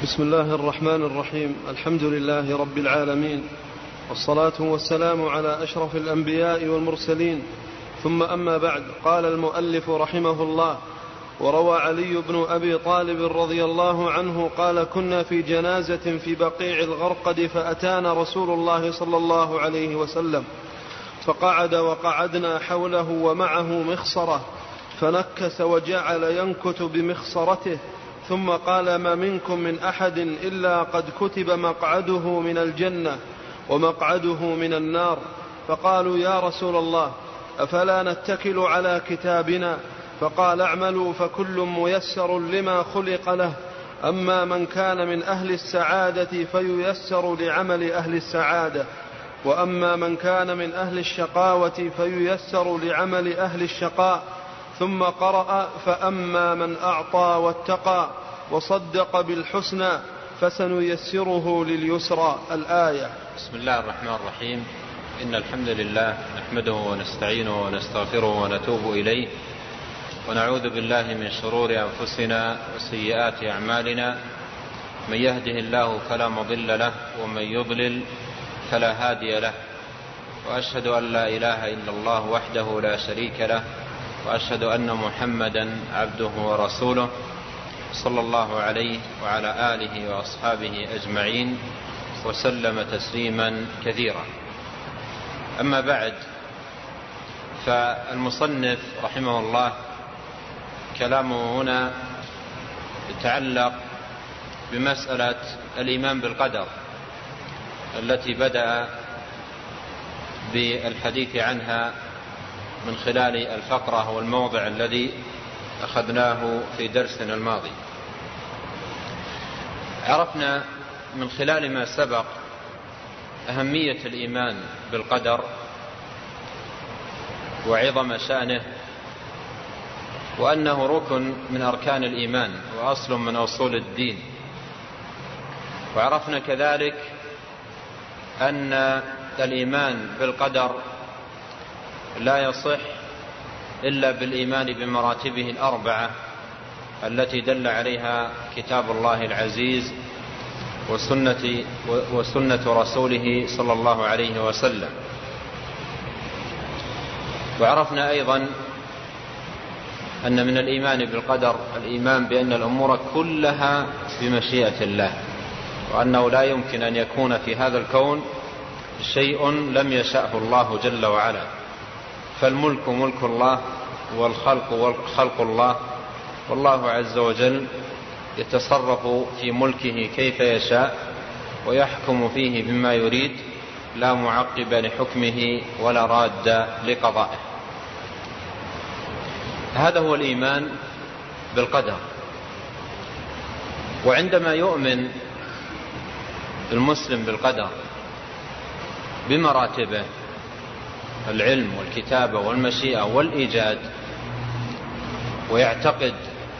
بسم الله الرحمن الرحيم. الحمد لله رب العالمين، والصلاة والسلام على أشرف الأنبياء والمرسلين، ثم أما بعد. قال المؤلف رحمه الله: وروى علي بن أبي طالب رضي الله عنه قال: كنا في جنازة في بقيع الغرقد، فأتانا رسول الله صلى الله عليه وسلم، فقعد وقعدنا حوله ومعه مخصرة، فنكس وجعل ينكت بمخصرته، ثم قال: ما منكم من أحد إلا قد كتب مقعده من الجنة ومقعده من النار. فقالوا: يا رسول الله، أفلا نتكل على كتابنا؟ فقال: اعملوا فكل ميسر لما خلق له، أما من كان من أهل السعادة فييسر لعمل أهل السعادة، وأما من كان من أهل الشقاوة فييسر لعمل أهل الشقاء. ثم قرأ: فأما من أعطى واتقى وصدق بالحسنى فسنيسره لليسرى. الآية. بسم الله الرحمن الرحيم. إن الحمد لله نحمده ونستعينه ونستغفره ونتوب إليه، ونعوذ بالله من شرور أنفسنا وسيئات أعمالنا، من يهده الله فلا مضل له، ومن يضلل فلا هادي له، وأشهد أن لا إله إلا الله وحده لا شريك له، وأشهد أن محمدا عبده ورسوله صلى الله عليه وعلى آله وأصحابه أجمعين، وسلم تسليما كثيرا. أما بعد، فالمصنف رحمه الله كلامه هنا يتعلق بمسألة الإيمان بالقدر التي بدأ بالحديث عنها من خلال الفقرة والموضع الذي أخذناه في درسنا الماضي. عرفنا من خلال ما سبق أهمية الإيمان بالقدر وعظم شأنه، وأنه ركن من أركان الإيمان وأصل من أصول الدين. وعرفنا كذلك أن الإيمان بالقدر لا يصح إلا بالإيمان بمراتبه الأربعة التي دل عليها كتاب الله العزيز وسنة رسوله صلى الله عليه وسلم. وعرفنا أيضا أن من الإيمان بالقدر الإيمان بأن الأمور كلها بمشيئة الله، وأنه لا يمكن أن يكون في هذا الكون شيء لم يشأه الله جل وعلا، فالملك ملك الله والخلق خلق الله، والله عز وجل يتصرف في ملكه كيف يشاء ويحكم فيه بما يريد، لا معقب لحكمه ولا راد لقضائه. هذا هو الإيمان بالقدر. وعندما يؤمن المسلم بالقدر بمراتبه، العلم والكتابة والمشيئة والإيجاد، ويعتقد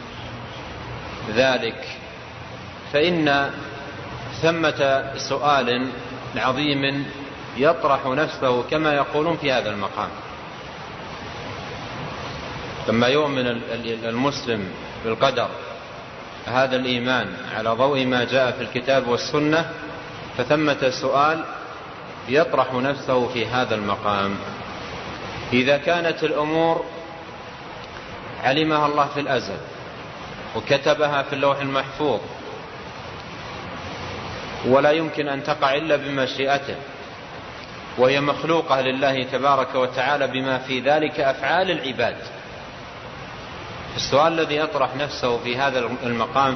ذلك، فإن ثمة سؤال عظيم يطرح نفسه كما يقولون في هذا المقام. لما يؤمن المسلم بالقدر هذا الإيمان على ضوء ما جاء في الكتاب والسنة، فثمة سؤال يطرح نفسه في هذا المقام: إذا كانت الأمور علمها الله في الأزل وكتبها في اللوح المحفوظ، ولا يمكن أن تقع إلا بمشيئته، وهي مخلوقة لله تبارك وتعالى بما في ذلك أفعال العباد، السؤال الذي يطرح نفسه في هذا المقام: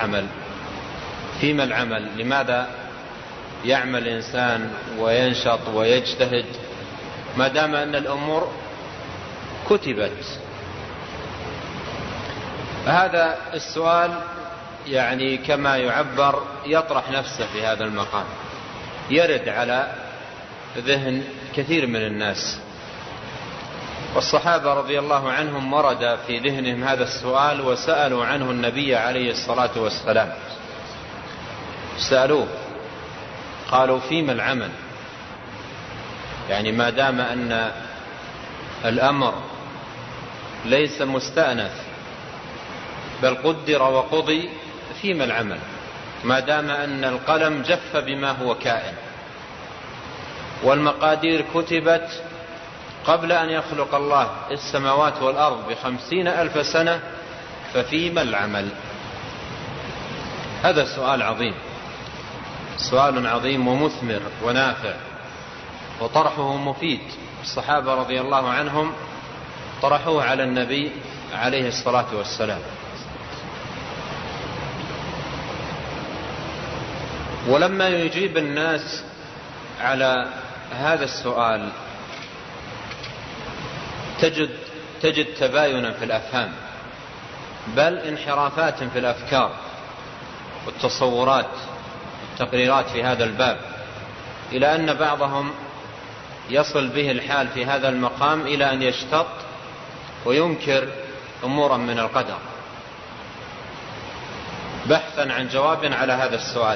فيما العمل؟ لماذا يعمل الإنسان وينشط ويجتهد ما دام أن الأمور كتبت؟ هذا السؤال يعني كما يعبر يطرح نفسه في هذا المقام، يرد على ذهن كثير من الناس. والصحابة رضي الله عنهم ورد في ذهنهم هذا السؤال، وسألوا عنه النبي عليه الصلاة والسلام. سألوه قالوا: فيما العمل؟ يعني ما دام أن الأمر ليس مستأنف بل قدر وقضي، فيما العمل؟ ما دام أن القلم جف بما هو كائن، والمقادير كتبت قبل أن يخلق الله السماوات والأرض ب50,000 سنة، ففيما العمل؟ هذا سؤال عظيم، سؤال عظيم ومثمر ونافع، وطرحه مفيد. الصحابة رضي الله عنهم طرحوه على النبي عليه الصلاة والسلام. ولما يجيب الناس على هذا السؤال تجد تباينا في الأفهام، بل انحرافات في الأفكار والتصورات والتقريرات في هذا الباب، إلى أن بعضهم يصل به الحال في هذا المقام إلى أن يشتط وينكر أمورا من القدر بحثا عن جواب على هذا السؤال.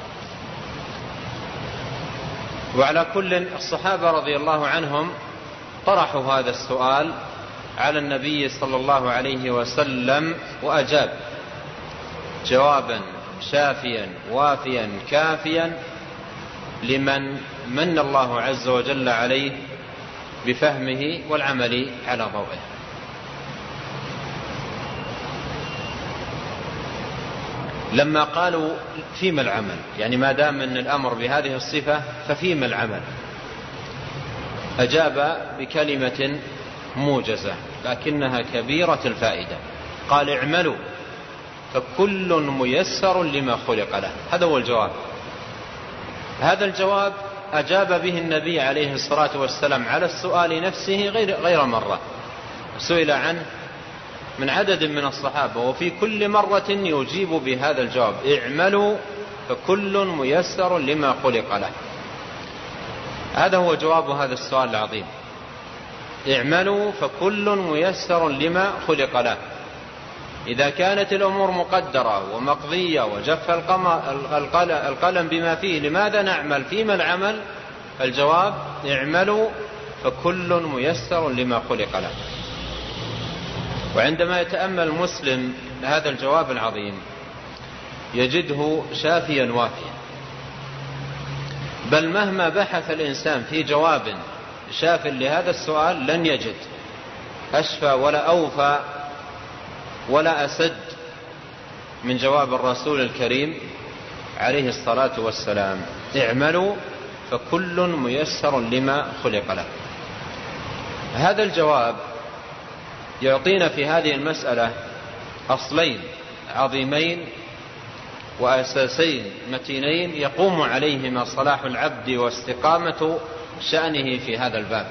وعلى كل، الصحابة رضي الله عنهم طرحوا هذا السؤال على النبي صلى الله عليه وسلم، وأجاب جوابا شافيا وافيا كافيا لمن من الله عز وجل عليه بفهمه والعمل على ضوئه. لما قالوا فيما العمل، يعني ما دام من الأمر بهذه الصفة ففيما العمل، أجاب بكلمة موجزة لكنها كبيرة الفائدة، قال: اعملوا فكل ميسر لما خلق له. هذا هو الجواب. هذا الجواب أجاب به النبي عليه الصلاة والسلام على السؤال نفسه غير مرة، سئل عنه من عدد من الصحابة، وفي كل مرة يجيب بهذا الجواب: اعملوا فكل ميسر لما خلق له. هذا هو جواب هذا السؤال العظيم: اعملوا فكل ميسر لما خلق له. إذا كانت الأمور مقدرة ومقضية وجف القلم بما فيه، لماذا نعمل فيما العمل؟ الجواب: اعملوا فكل ميسر لما خلق له. وعندما يتأمل المسلم هذا الجواب العظيم يجده شافيا وافيا، بل مهما بحث الإنسان في جواب شاف لهذا السؤال لن يجد أشفى ولا أوفى ولا أسد من جواب الرسول الكريم عليه الصلاة والسلام: اعملوا فكل ميسر لما خلق له. هذا الجواب يعطينا في هذه المسألة أصلين عظيمين وأساسين متينين يقوم عليهما صلاح العبد واستقامة شأنه في هذا الباب.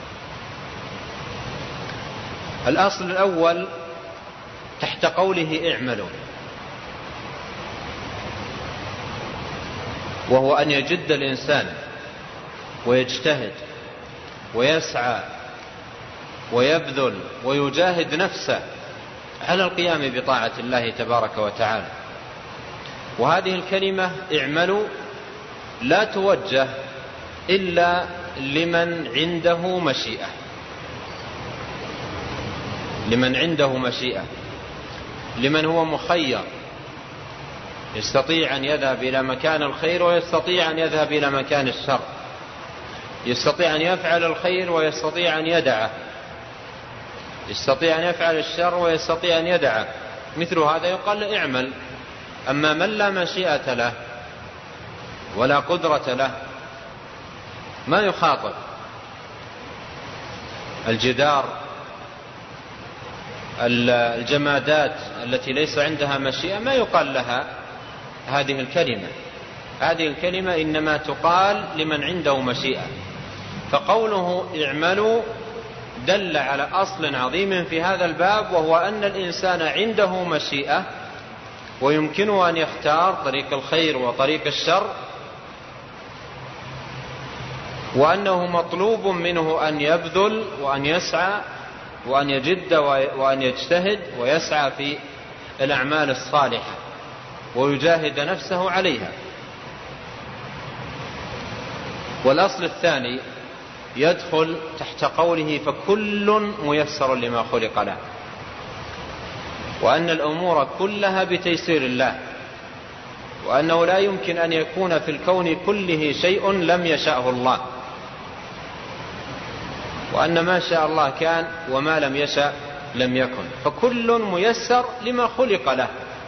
الأصل الأول تحت قوله اعملوا، وهو أن يجد الإنسان ويجتهد ويسعى ويبذل ويجاهد نفسه على القيام بطاعة الله تبارك وتعالى. وهذه الكلمة اعملوا لا توجه إلا لمن عنده مشيئة، لمن عنده مشيئة، لمن هو مخير، يستطيع أن يذهب إلى مكان الخير ويستطيع أن يذهب إلى مكان الشر، يستطيع أن يفعل الخير ويستطيع أن يدعه، يستطيع أن يفعل الشر ويستطيع أن يدعه. مثل هذا يقال اعمل. أما من لا مشيئة له ولا قدرة له ما يخاطب. الجدار، الجمادات التي ليس عندها مشيئة ما يقال لها هذه الكلمة. هذه الكلمة إنما تقال لمن عنده مشيئة. فقوله اعملوا دل على أصل عظيم في هذا الباب، وهو أن الإنسان عنده مشيئة ويمكنه أن يختار طريق الخير وطريق الشر، وأنه مطلوب منه أن يبذل وأن يسعى وأن يجد وأن يجتهد ويسعى في الأعمال الصالحة ويجاهد نفسه عليها. والأصل الثاني يدخل تحت قوله فكل ميسر لما خلق له، وأن الأمور كلها بتيسير الله، وأنه لا يمكن أن يكون في الكون كله شيء لم يشأه الله، وأن ما شاء الله كان وما لم يشأ لم يكن، فكل ميسر لما خلق له.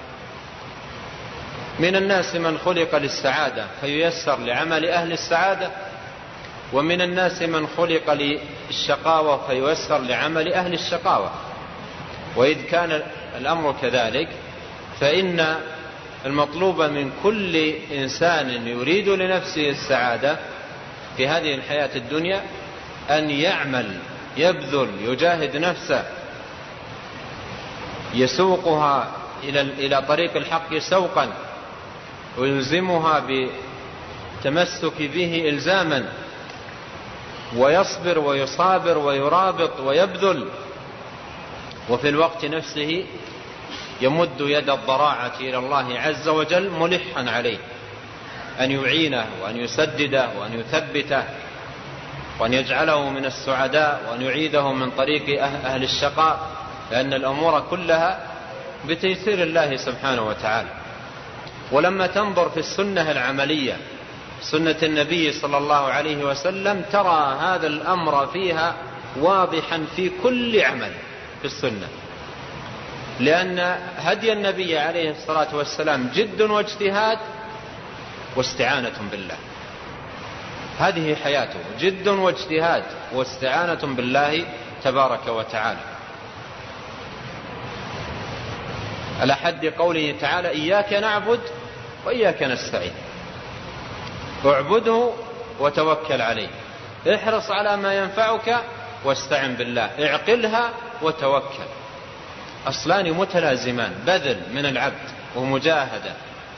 من الناس من خلق للسعادة فييسر لعمل أهل السعادة، ومن الناس من خلق للشقاوة فييسر لعمل أهل الشقاوة. وإذ كان الأمر كذلك فإن المطلوب من كل إنسان يريد لنفسه السعادة في هذه الحياة الدنيا أن يعمل، يبذل، يجاهد نفسه، يسوقها إلى طريق الحق سوقا، ويلزمها بالتمسك به إلزاما، ويصبر ويصابر ويرابط ويبذل، وفي الوقت نفسه يمد يد الضراعة إلى الله عز وجل ملحا عليه أن يعينه وأن يسدده وأن يثبته وأن يجعله من السعداء وأن يعيده من طريق أهل الشقاء، لأن الأمور كلها بتيسير الله سبحانه وتعالى. ولما تنظر في السنة العملية، سنة النبي صلى الله عليه وسلم، ترى هذا الأمر فيها واضحا في كل عمل في السنة، لأن هدي النبي عليه الصلاة والسلام جد واجتهاد واستعانة بالله. هذه حياته، جد واجتهاد واستعانة بالله تبارك وتعالى، على حد قوله تعالى: إياك نعبد وإياك نستعين. اعبده وتوكل عليه، احرص على ما ينفعك واستعن بالله، اعقلها وتوكل. أصلان متلازمان: بذل من العبد ومجاهدة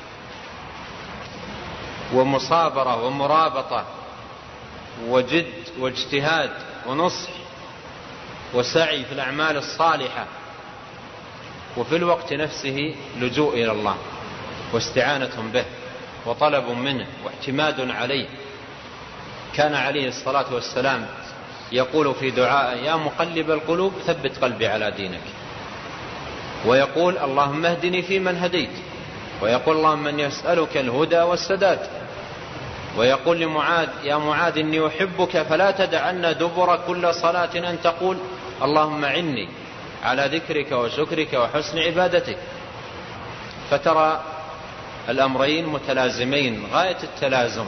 ومصابرة ومرابطة وجد واجتهاد ونصح وسعي في الأعمال الصالحة، وفي الوقت نفسه لجوء إلى الله واستعانة به وطلب منه واعتماد عليه. كان عليه الصلاة والسلام يقول في دعائه: يا مقلب القلوب ثبت قلبي على دينك، ويقول: اللهم اهدني فيمن هديت، ويقول: اللهم من يسألك الهدى والسداد، ويقول لمعاذ: يا معاذ إني أحبك فلا تدعن دبر كل صلاة أن تقول اللهم عني على ذكرك وشكرك وحسن عبادتك. فترى الأمرين متلازمين غاية التلازم،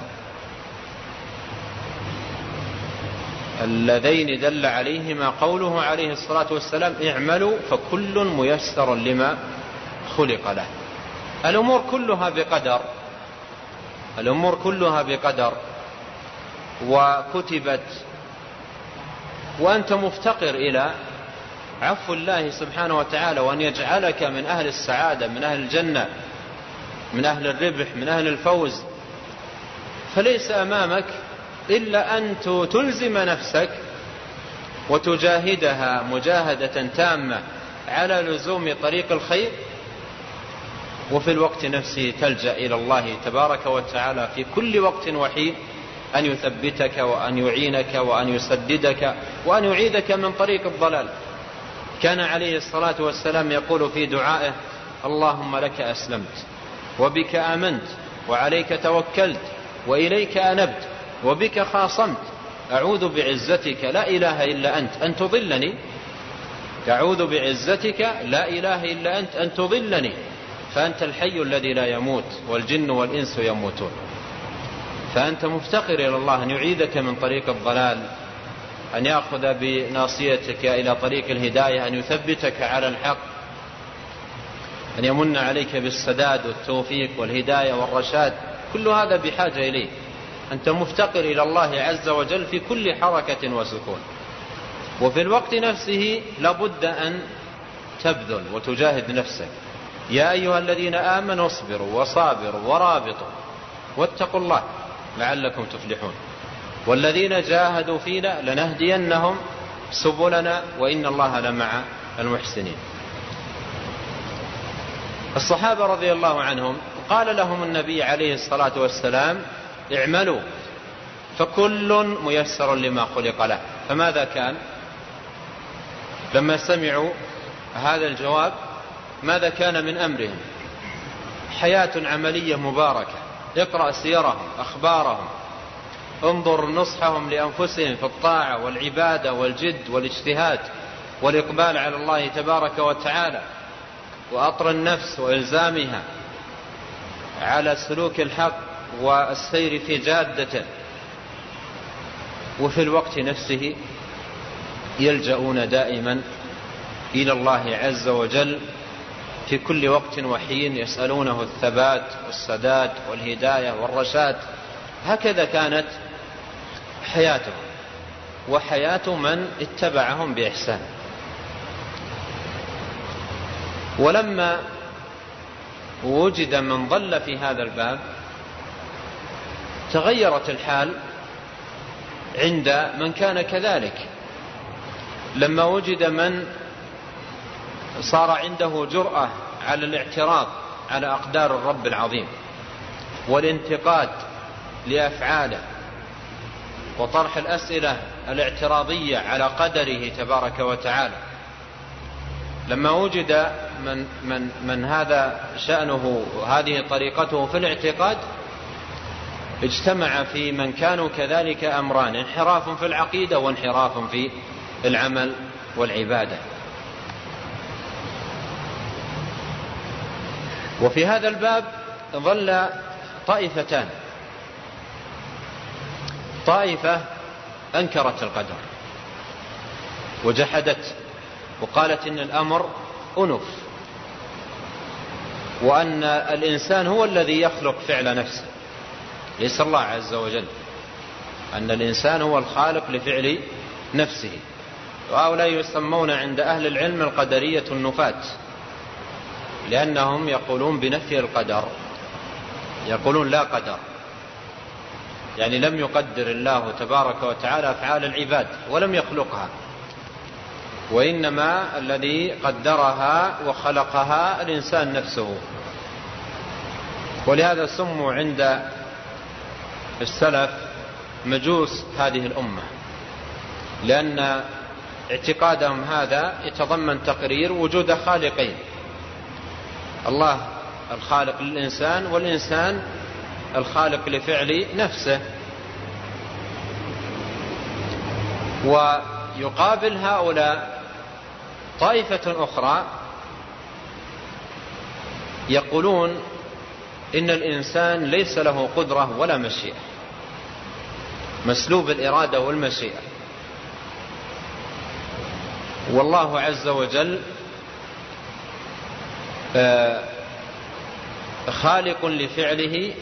اللذين دل عليهما قوله عليه الصلاة والسلام: اعملوا فكل ميسر لما خلق له. الأمور كلها بقدر، الأمور كلها بقدر وكتبت، وأنت مفتقر إلى عفو الله سبحانه وتعالى، وأن يجعلك من أهل السعادة، من أهل الجنة، من أهل الربح، من أهل الفوز. فليس أمامك إلا أن تلزم نفسك وتجاهدها مجاهدة تامة على لزوم طريق الخير، وفي الوقت نفسه تلجأ إلى الله تبارك وتعالى في كل وقت وحين أن يثبتك وأن يعينك وأن يسددك وأن يعيدك من طريق الضلال. كان عليه الصلاة والسلام يقول في دعائه: اللهم لك أسلمت وبك آمنت وعليك توكلت وإليك أنبت وبك خاصمت، أعوذ بعزتك لا إله إلا أنت أن تضلني، أعوذ بعزتك لا إله إلا أنت أن تضلني، فأنت الحي الذي لا يموت والجن والإنس يموتون. فأنت مفتقر إلى الله أن يعيدك من طريق الضلال، أن يأخذ بناصيتك إلى طريق الهداية، أن يثبتك على الحق، أن يمن عليك بالسداد والتوفيق والهداية والرشاد. كل هذا بحاجة إليه. أنت مفتقر إلى الله عز وجل في كل حركة وسكون، وفي الوقت نفسه لابد أن تبذل وتجاهد نفسك. يا أيها الذين آمنوا اصبروا وصابروا ورابطوا واتقوا الله لعلكم تفلحون، والذين جاهدوا فينا لنهدينهم سبلنا وإن الله لمع المحسنين. الصحابة رضي الله عنهم قال لهم النبي عليه الصلاة والسلام: اعملوا فكل ميسر لما خلق له. فماذا كان لما سمعوا هذا الجواب؟ ماذا كان من أمرهم؟ حياة عملية مباركة. اقرأ سيرهم، أخبارهم، انظر نصحهم لأنفسهم في الطاعة والعبادة والجد والاجتهاد والإقبال على الله تبارك وتعالى، وأطر النفس وإلزامها على سلوك الحق والسير في جادته. وفي الوقت نفسه يلجؤون دائما إلى الله عز وجل في كل وقت وحين، يسألونه الثبات والسداد والهداية والرشاد. هكذا كانت حياتهم وحياة من اتبعهم بإحسان. ولما وجد من ضل في هذا الباب تغيرت الحال عند من كان كذلك. لما وجد من صار عنده جرأة على الاعتراض على أقدار الرب العظيم والانتقاد لأفعاله وطرح الأسئلة الاعتراضية على قدره تبارك وتعالى، لما وجد من هذا شأنه هذه طريقته في الاعتقاد، اجتمع في من كانوا كذلك أمران: انحراف في العقيدة وانحراف في العمل والعبادة. وفي هذا الباب ظل طائفتان: طائفة أنكرت القدر وجحدت وقالت إن الأمر أنف، وأن الإنسان هو الذي يخلق فعل نفسه ليس الله عز وجل، أن الإنسان هو الخالق لفعل نفسه. وهؤلاء يسمون عند أهل العلم القدرية النفاة، لأنهم يقولون بنفي القدر، يقولون لا قدر، يعني لم يقدر الله تبارك وتعالى أفعال العباد ولم يخلقها، وإنما الذي قدرها وخلقها الإنسان نفسه. ولهذا سموا عند السلف مجوس هذه الأمة، لأن اعتقادهم هذا يتضمن تقرير وجود خالقين: الله الخالق للإنسان، والإنسان الخالق لفعل نفسه. ويقابل هؤلاء طائفة أخرى يقولون إن الإنسان ليس له قدرة ولا مشيئة، مسلوب الإرادة والمشيئة، والله عز وجل خالق لفعله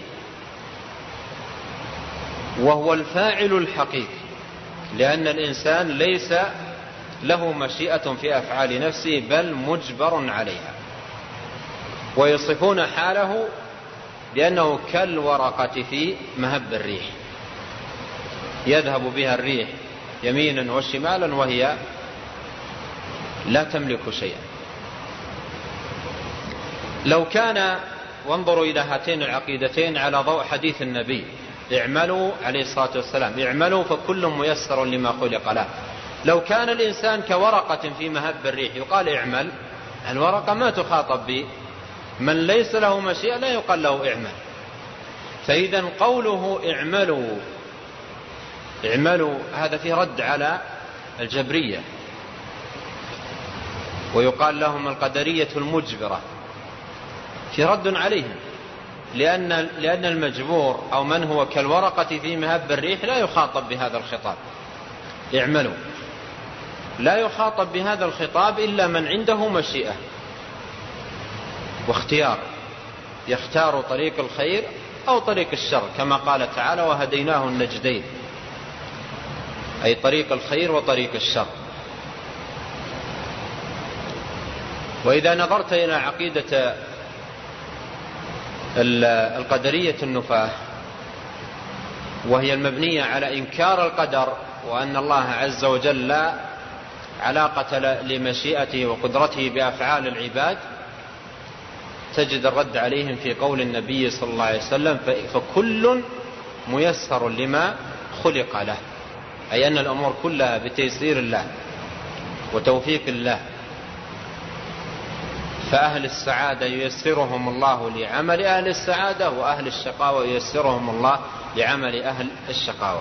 وهو الفاعل الحقيقي، لأن الإنسان ليس له مشيئة في أفعال نفسه بل مجبر عليها. ويصفون حاله بأنه كالورقة في مهب الريح، يذهب بها الريح يمينا وشمالا وهي لا تملك شيئا. لو كان، وانظروا إلى هاتين العقيدتين على ضوء حديث النبي اعملوا عليه الصلاة والسلام: اعملوا فكل ميسر لما خلق له. لو كان الإنسان كورقة في مهب الريح يقال اعمل، الورقة ما تخاطب به، من ليس له مشيئة لا يقال له اعمل. فإذا قوله اعملوا هذا فيه رد على الجبرية، ويقال لهم القدرية المجبرة، في رد عليهم، لأن المجبور أو من هو كالورقة في مهب الريح لا يخاطب بهذا الخطاب. اعملوا لا يخاطب بهذا الخطاب إلا من عنده مشيئة واختيار، يختار طريق الخير أو طريق الشر، كما قال تعالى: وهديناه النجدين، أي طريق الخير وطريق الشر. وإذا نظرت إلى عقيدة القدرية النفاة، وهي المبنية على إنكار القدر، وأن الله عز وجل لا علاقة لمشيئته وقدرته بأفعال العباد، تجد الرد عليهم في قول النبي صلى الله عليه وسلم: فكل ميسر لما خلق له، أي أن الأمور كلها بتيسير الله وتوفيق الله. فأهل السعادة ييسرهم الله لعمل أهل السعادة، وأهل الشقاوة ييسرهم الله لعمل أهل الشقاوة.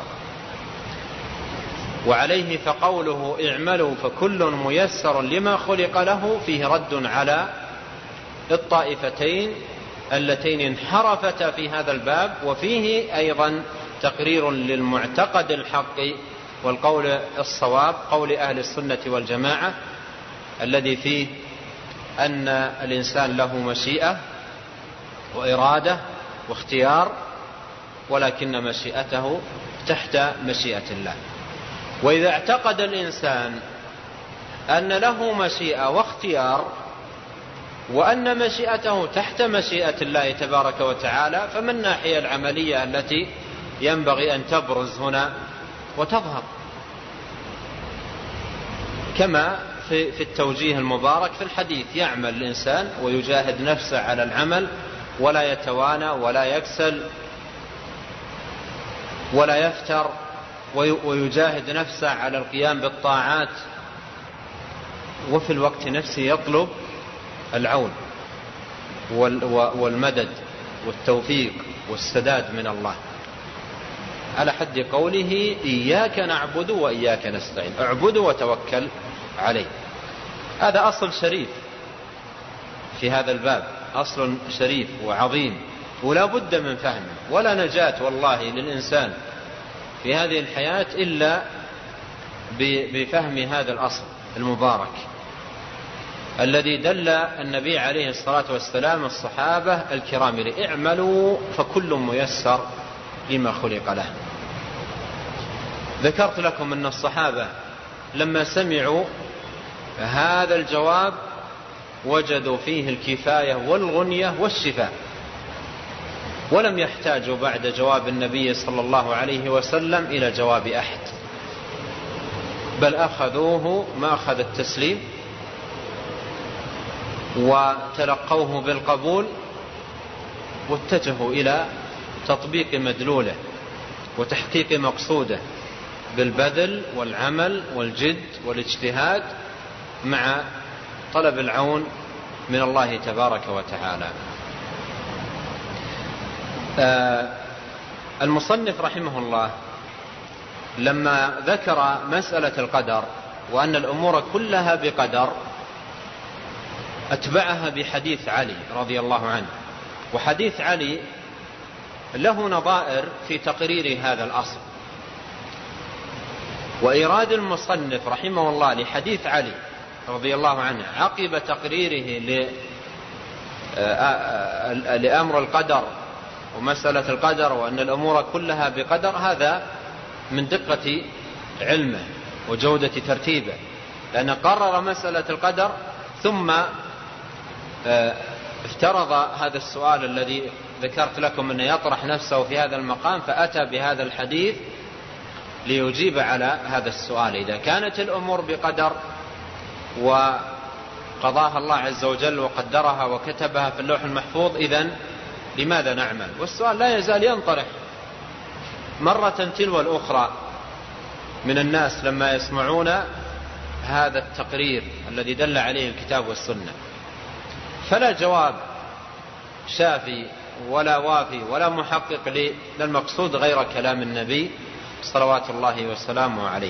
وعليه فقوله اعملوا فكل ميسر لما خلق له فيه رد على الطائفتين اللتين انحرفتا في هذا الباب، وفيه أيضا تقرير للمعتقد الحق والقول الصواب، قول أهل السنة والجماعة الذي فيه أن الإنسان له مشيئة وإرادة واختيار، ولكن مشيئته تحت مشيئة الله. وإذا اعتقد الإنسان أن له مشيئة واختيار وأن مشيئته تحت مشيئة الله تبارك وتعالى، فما الناحية العملية التي ينبغي أن تبرز هنا وتظهر؟ كما في التوجيه المبارك في الحديث: يعمل الإنسان ويجاهد نفسه على العمل ولا يتوانى ولا يكسل ولا يفتر، ويجاهد نفسه على القيام بالطاعات، وفي الوقت نفسه يطلب العون والمدد والتوفيق والسداد من الله، على حد قوله: إياك نعبد وإياك نستعين، اعبد وتوكل عليه. هذا أصل شريف في هذا الباب، أصل شريف وعظيم ولا بد من فهمه، ولا نجاة والله للإنسان في هذه الحياة إلا بفهم هذا الأصل المبارك الذي دل النبي عليه الصلاة والسلام الصحابة الكرام: اعملوا فكل ميسر لما خلق له. ذكرت لكم أن الصحابة لما سمعوا هذا الجواب وجدوا فيه الكفاية والغنية والشفاء، ولم يحتاجوا بعد جواب النبي صلى الله عليه وسلم إلى جواب أحد، بل أخذوه مأخذ التسليم وتلقوه بالقبول، واتجهوا إلى تطبيق مدلوله وتحقيق مقصوده بالبذل والعمل والجد والاجتهاد مع طلب العون من الله تبارك وتعالى. المصنف رحمه الله لما ذكر مسألة القدر وأن الأمور كلها بقدر أتبعها بحديث علي رضي الله عنه، وحديث علي له نظائر في تقرير هذا الأصل. وإيراد المصنف رحمه الله لحديث علي رضي الله عنه عقب تقريره لأمر القدر ومسألة القدر وأن الأمور كلها بقدر، هذا من دقة علمه وجودة ترتيبه، لأنه قرر مسألة القدر ثم افترض هذا السؤال الذي ذكرت لكم أنه يطرح نفسه في هذا المقام، فأتى بهذا الحديث ليجيب على هذا السؤال. إذا كانت الأمور بقدر وقضاها الله عز وجل وقدرها وكتبها في اللوح المحفوظ، إذن لماذا نعمل؟ والسؤال لا يزال ينطرح مرة تلو الأخرى من الناس لما يسمعون هذا التقرير الذي دل عليه الكتاب والسنة، فلا جواب شافي ولا وافي ولا محقق للمقصود غير كلام النبي صلوات الله وسلامه عليه.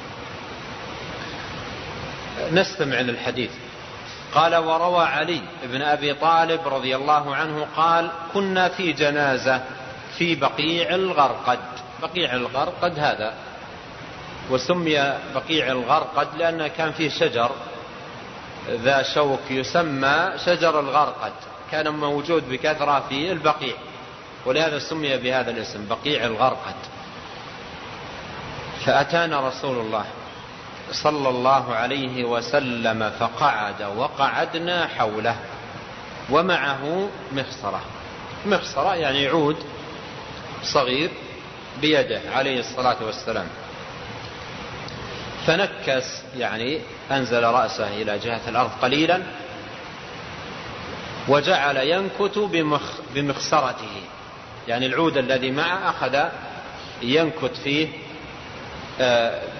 نستمع للحديث. قال: وروى علي بن أبي طالب رضي الله عنه قال: كنا في جنازة في بقيع الغرقد. بقيع الغرقد هذا وسمي بقيع الغرقد لأن كان فيه شجر ذا شوك يسمى شجر الغرقد، كان موجود بكثرة في البقيع، ولهذا سمي بهذا الاسم بقيع الغرقد. فأتانا رسول الله صلى الله عليه وسلم فقعد وقعدنا حوله ومعه مخصرة. مخصرة يعني عود صغير بيده عليه الصلاة والسلام، فنكس يعني أنزل رأسه إلى جهة الأرض قليلا وجعل ينكت بمخصرته، يعني العود الذي معه أخذ ينكت فيه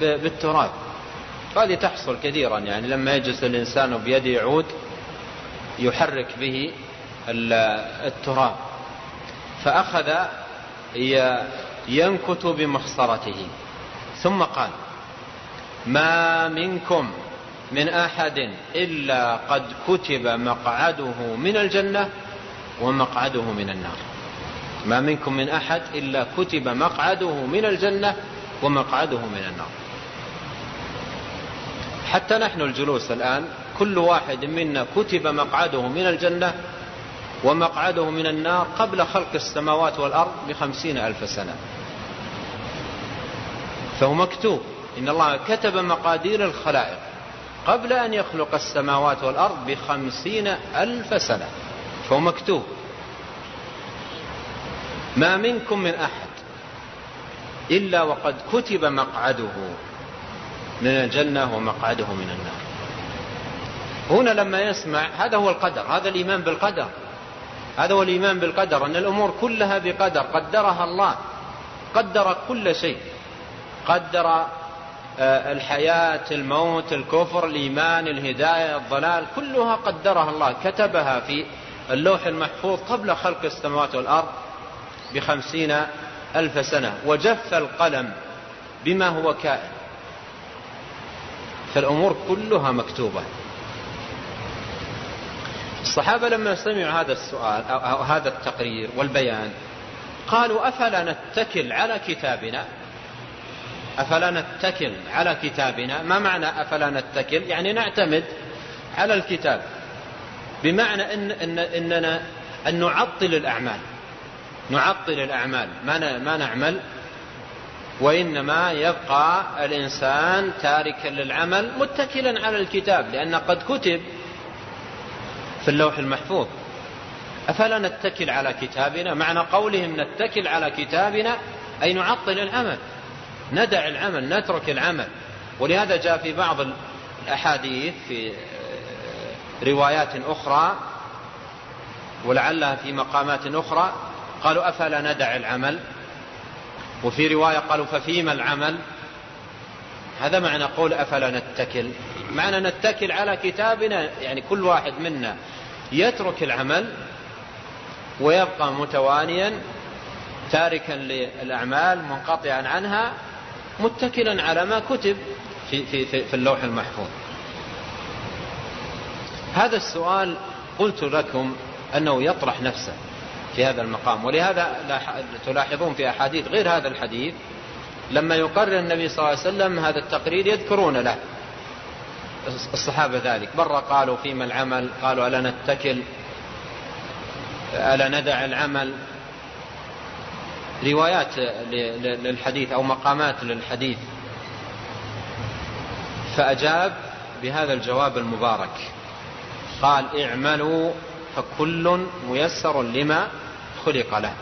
بالتراب. هذه تحصل كثيرا، يعني لما يجلس الإنسان بيده عود يحرك به التراب، فأخذ ينكت بمخصرته، ثم قال: ما منكم من أحد إلا قد كتب مقعده من الجنة ومقعده من النار. ما منكم من أحد إلا كتب مقعده من الجنة ومقعده من النار. حتى نحن الجلوس الآن كل واحد منا كتب مقعده من الجنة ومقعده من النار قبل خلق السماوات والأرض ب50,000 سنة، فهو مكتوب. إن الله كتب مقادير الخلائق قبل أن يخلق السماوات والأرض ب50,000 سنة، فهو مكتوب. ما منكم من أحد إلا وقد كتب مقعده من الجنة ومقعده من النار. هنا لما يسمع، هذا هو القدر، هذا الإيمان بالقدر، هذا هو الإيمان بالقدر، أن الأمور كلها بقدر قدرها الله، قدر كل شيء، قدر الحياة، الموت، الكفر، الإيمان، الهداية، الضلال، كلها قدرها الله، كتبها في اللوح المحفوظ قبل خلق السماوات والأرض ب50,000 سنة، وجف القلم بما هو كائن، فالأمور كلها مكتوبة. الصحابة لما سمعوا هذا السؤال أو هذا التقرير والبيان قالوا: أفلا نتكل على كتابنا؟ أفلا نتكل على كتابنا؟ ما معنى أفلا نتكل؟ يعني نعتمد على الكتاب، بمعنى إننا أن نعطل الأعمال، نعطل الأعمال، ما نعمل، وإنما يبقى الإنسان تاركا للعمل متكلا على الكتاب، لأن قد كتب في اللوح المحفوظ. أفلا نتكل على كتابنا؟ معنى قولهم نتكل على كتابنا أي نعطل العمل، ندع العمل، نترك العمل. ولهذا جاء في بعض الأحاديث في روايات أخرى ولعلها في مقامات أخرى قالوا: أفلا ندع العمل؟ وفي رواية قالوا: ففيما العمل؟ هذا معنى قول أفلا نتكل، معنى نتكل على كتابنا، يعني كل واحد منا يترك العمل ويبقى متوانيا تاركا للأعمال منقطعا عنها متكلا على ما كتب في اللوح المحفوظ. هذا السؤال قلت لكم أنه يطرح نفسه في هذا المقام، ولهذا تلاحظون في أحاديث غير هذا الحديث لما يقرر النبي صلى الله عليه وسلم هذا التقرير يذكرون له الصحابة ذلك. مرة قالوا: فيما العمل؟ قالوا: ألا نتكل؟ ألا ندع العمل؟ روايات للحديث أو مقامات للحديث. فأجاب بهذا الجواب المبارك، قال: اعملوا فكل ميسر لما خلق له.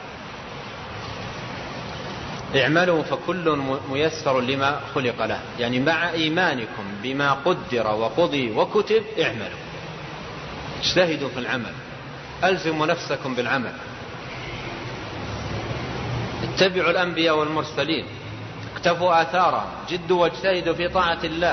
اعملوا فكل ميسر لما خلق له، يعني مع إيمانكم بما قدر وقضي وكتب اعملوا، اجتهدوا في العمل، ألزموا نفسكم بالعمل، اتبعوا الأنبياء والمرسلين، اقتفوا آثارهم، جدوا واجتهدوا في طاعة الله،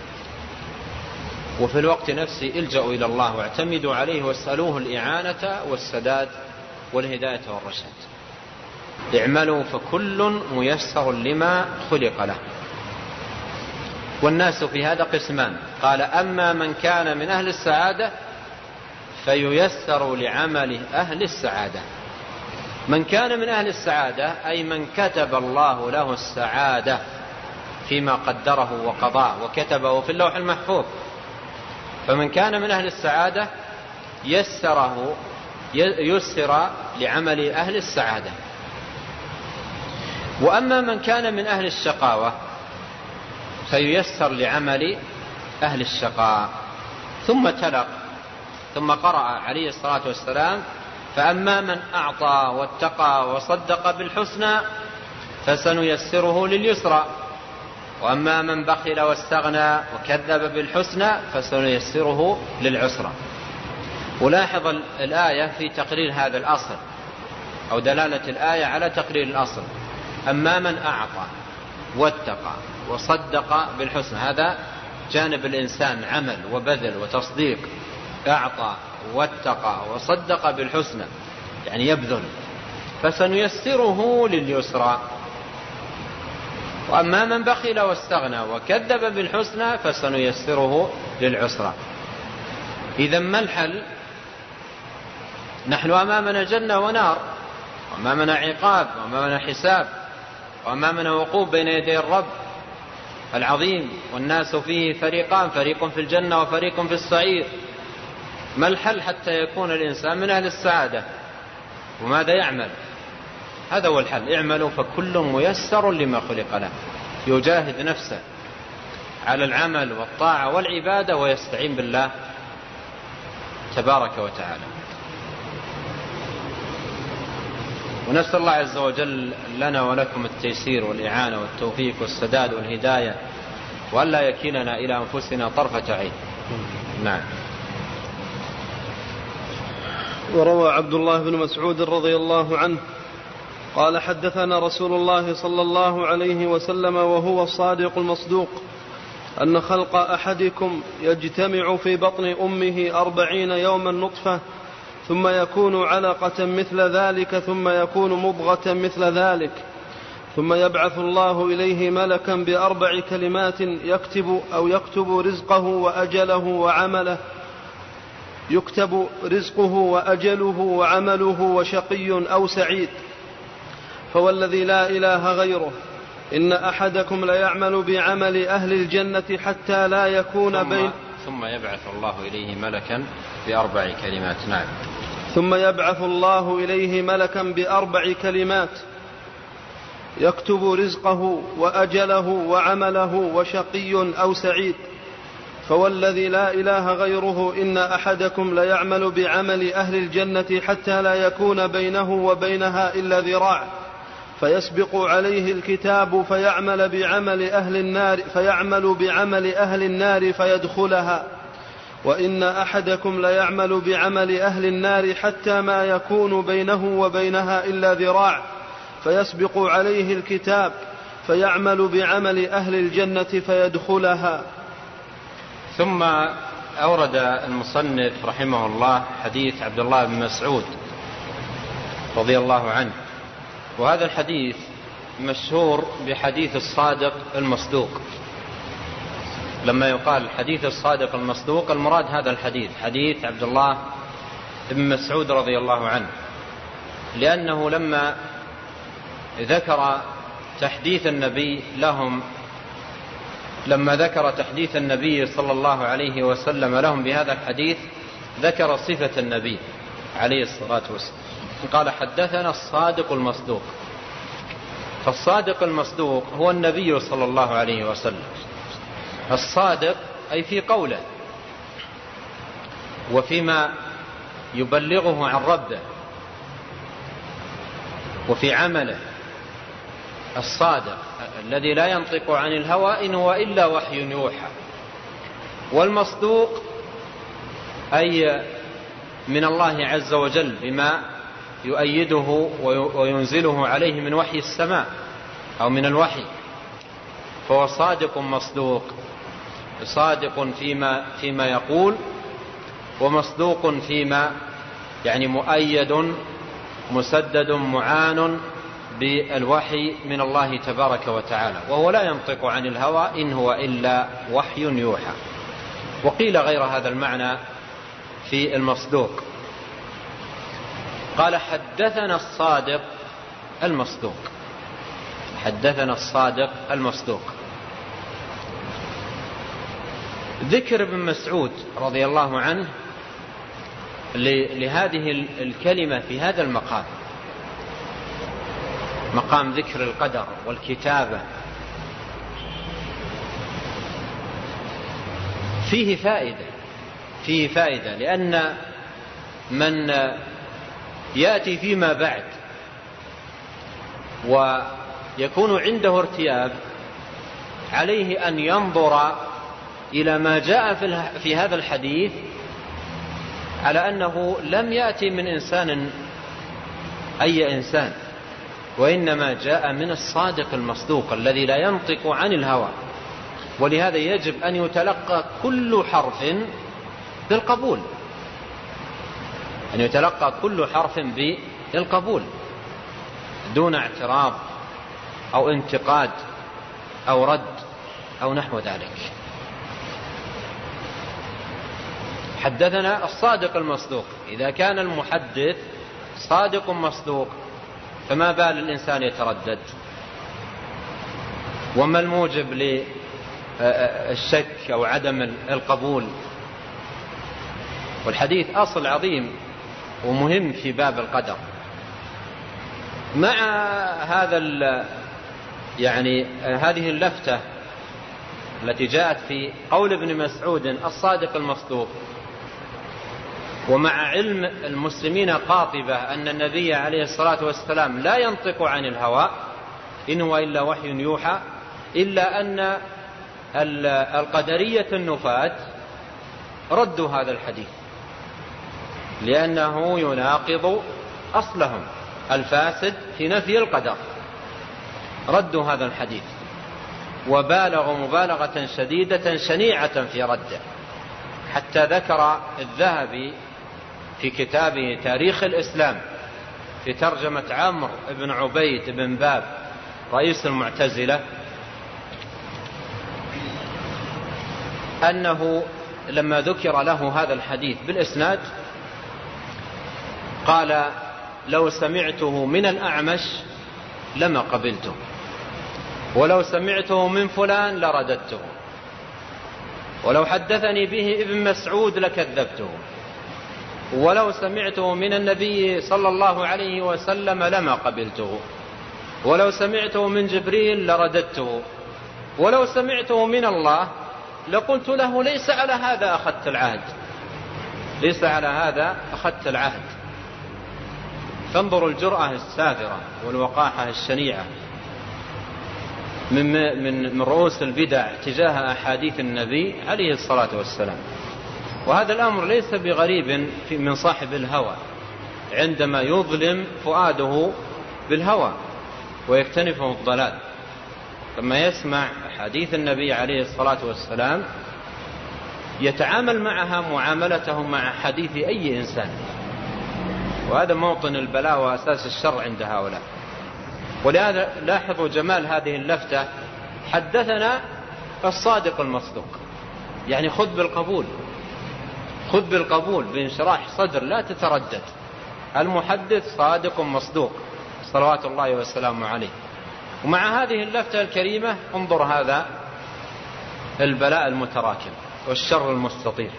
وفي الوقت نفسه الجأوا إلى الله واعتمدوا عليه واسألوه الإعانة والسداد والهداية والرشاد. اعملوا فكل ميسر لما خلق له. والناس في هذا قسمان، قال: أما من كان من أهل السعادة فييسر لعمل أهل السعادة. من كان من أهل السعادة أي من كتب الله له السعادة فيما قدره وقضاه وكتبه في اللوح المحفوظ، فمن كان من أهل السعادة يسر لعمل أهل السعادة. وأما من كان من أهل الشقاوة فييسر لعمل أهل الشقاء. ثم قرأ عليه الصلاة والسلام: فأما من أعطى واتقى وصدق بالحسنى فسنيسره لليسرى، وأما من بخل واستغنى وكذب بالحسنى فسنيسره للعسرى. ولاحظ الآية في تقرير هذا الأصل، أو دلالة الآية على تقرير الأصل: أما من أعطى واتقى وصدق بالحسنى، هذا جانب الإنسان عمل وبذل وتصديق. أعطى واتقى وصدق بالحسنى، يعني يبذل، فسنيسره لليسرى. وأما من بخل واستغنى وكذب بالحسنى فسنيسره للعسرى. إذا ما الحل؟ نحن أمامنا جنة ونار، وأمامنا عقاب، وأمامنا حساب، وأمامنا وقوف بين يدي الرب العظيم، والناس فيه فريقان، فريق في الجنة وفريق في السعير. ما الحل حتى يكون الإنسان من أهل السعادة؟ وماذا يعمل؟ هذا هو الحل. اعملوا فكل ميسر لما خلق له. يجاهد نفسه على العمل والطاعة والعبادة ويستعين بالله تبارك وتعالى. ونسأل الله عز وجل لنا ولكم التيسير والإعانة والتوفيق والسداد والهداية، وألا يكلنا إلى أنفسنا طرفة عين. نعم. وروى عبد الله بن مسعود رضي الله عنه قال: حدثنا رسول الله صلى الله عليه وسلم وهو الصادق المصدوق أن خلق أحدكم يجتمع في بطن أمه 40 يوما نطفة، ثم يكون علقة مثل ذلك، ثم يكون مضغة مثل ذلك، ثم يبعث الله إليه ملكا ب4 كلمات يكتب رزقه وأجله وعمله، يكتب رزقه وأجله وعمله وشقي أو سعيد. فوالذي لا إله غيره إن أحدكم ليعمل بعمل أهل الجنة حتى لا يكون بين ثم يبعث الله إليه ملكا ب4 كلمات. نعم. ثم يبعث الله إليه ملكا ب4 كلمات يكتب رزقه وأجله وعمله وشقي أو سعيد. فوالذي لا إله غيره إن أحدكم ليعمل بعمل أهل الجنة حتى لا يكون بينه وبينها إلا ذراع، فيسبق عليه الكتاب فيعمل بعمل أهل النار فيدخلها. وإن أحدكم ليعمل بعمل أهل النار حتى ما يكون بينه وبينها إلا ذراع، فيسبق عليه الكتاب فيعمل بعمل أهل الجنة فيدخلها. ثم أورد المصنف رحمه الله حديث عبد الله بن مسعود رضي الله عنه، وهذا الحديث مشهور بحديث الصادق المصدوق. لما يقال حديث الصادق المصدوق المراد هذا الحديث، حديث عبد الله بن مسعود رضي الله عنه، لأنه لما ذكر تحديث النبي لهم، لما ذكر تحديث النبي صلى الله عليه وسلم لهم بهذا الحديث ذكر صفة النبي عليه الصلاة والسلام، قال: حدثنا الصادق المصدوق. فالصادق المصدوق هو النبي صلى الله عليه وسلم. الصادق أي في قوله وفيما يبلغه عن ربه وفي عمله. الصادق الذي لا ينطق عن الهوى إن هو إلا وحي يوحى. والمصدوق أي من الله عز وجل بما يؤيده وينزله عليه من وحي السماء أو من الوحي، فهو صادق مصدوق، صادق فيما يقول، ومصدوق فيما يعني مؤيد مسدد معان بالوحي من الله تبارك وتعالى، وهو لا ينطق عن الهوى إن هو إلا وحي يوحى. وقيل غير هذا المعنى في المصدوق. قال: حدثنا الصادق المصدوق. حدثنا الصادق المصدوق. ذكر ابن مسعود رضي الله عنه لهذه الكلمة في هذا المقام، مقام ذكر القدر والكتابة، فيه فائدة، لأن من يأتي فيما بعد ويكون عنده ارتياب عليه أن ينظر إلى ما جاء في هذا الحديث على أنه لم يأتي من إنسان أي إنسان، وإنما جاء من الصادق المصدوق الذي لا ينطق عن الهوى. ولهذا يجب أن يتلقى كل حرف بالقبول، أن يتلقى كل حرف بالقبول دون اعتراض أو انتقاد أو رد أو نحو ذلك. حدثنا الصادق المصدوق. إذا كان المحدث صادق مصدوق فما بال الإنسان يتردد؟ وما الموجب للشك أو عدم القبول؟ والحديث أصل عظيم ومهم في باب القدر. مع هذا هذه اللفتة التي جاءت في قول ابن مسعود الصادق المصدوق، ومع علم المسلمين قاطبة أن النبي عليه الصلاة والسلام لا ينطق عن الهوى إن هو إلا وحي يوحى، إلا أن القدرية النفاة ردوا هذا الحديث لأنه يناقض أصلهم الفاسد في نفي القدر. ردوا هذا الحديث وبالغوا مبالغة شديدة شنيعة في رده، حتى ذكر الذهبي في كتابه تاريخ الإسلام في ترجمة عمرو بن عبيد بن باب رئيس المعتزلة أنه لما ذكر له هذا الحديث بالإسناد قال: لو سمعته من الأعمش لما قبلته، ولو سمعته من فلان لرددته، ولو حدثني به ابن مسعود لكذبته، ولو سمعته من النبي صلى الله عليه وسلم لما قبلته، ولو سمعته من جبريل لرددته، ولو سمعته من الله لقلت له ليس على هذا أخذت العهد، ليس على هذا أخذت العهد. فانظروا الجرأة السافرة والوقاحة الشنيعة من رؤوس البدع تجاه أحاديث النبي عليه الصلاة والسلام. وهذا الأمر ليس بغريب من صاحب الهوى عندما يظلم فؤاده بالهوى ويكتنفه الضلال، لما يسمع أحاديث النبي عليه الصلاة والسلام يتعامل معها معاملته مع حديث أي إنسان. وهذا موطن البلاء وأساس الشر عند هؤلاء. ولهذا لاحظوا جمال هذه اللفتة: حدثنا الصادق المصدوق، يعني خذ بالقبول، خذ بالقبول بانشراح صدر، لا تتردد. المحدث صادق مصدوق صلوات الله وسلامه عليه. ومع هذه اللفتة الكريمة انظر هذا البلاء المتراكم والشر المستطير.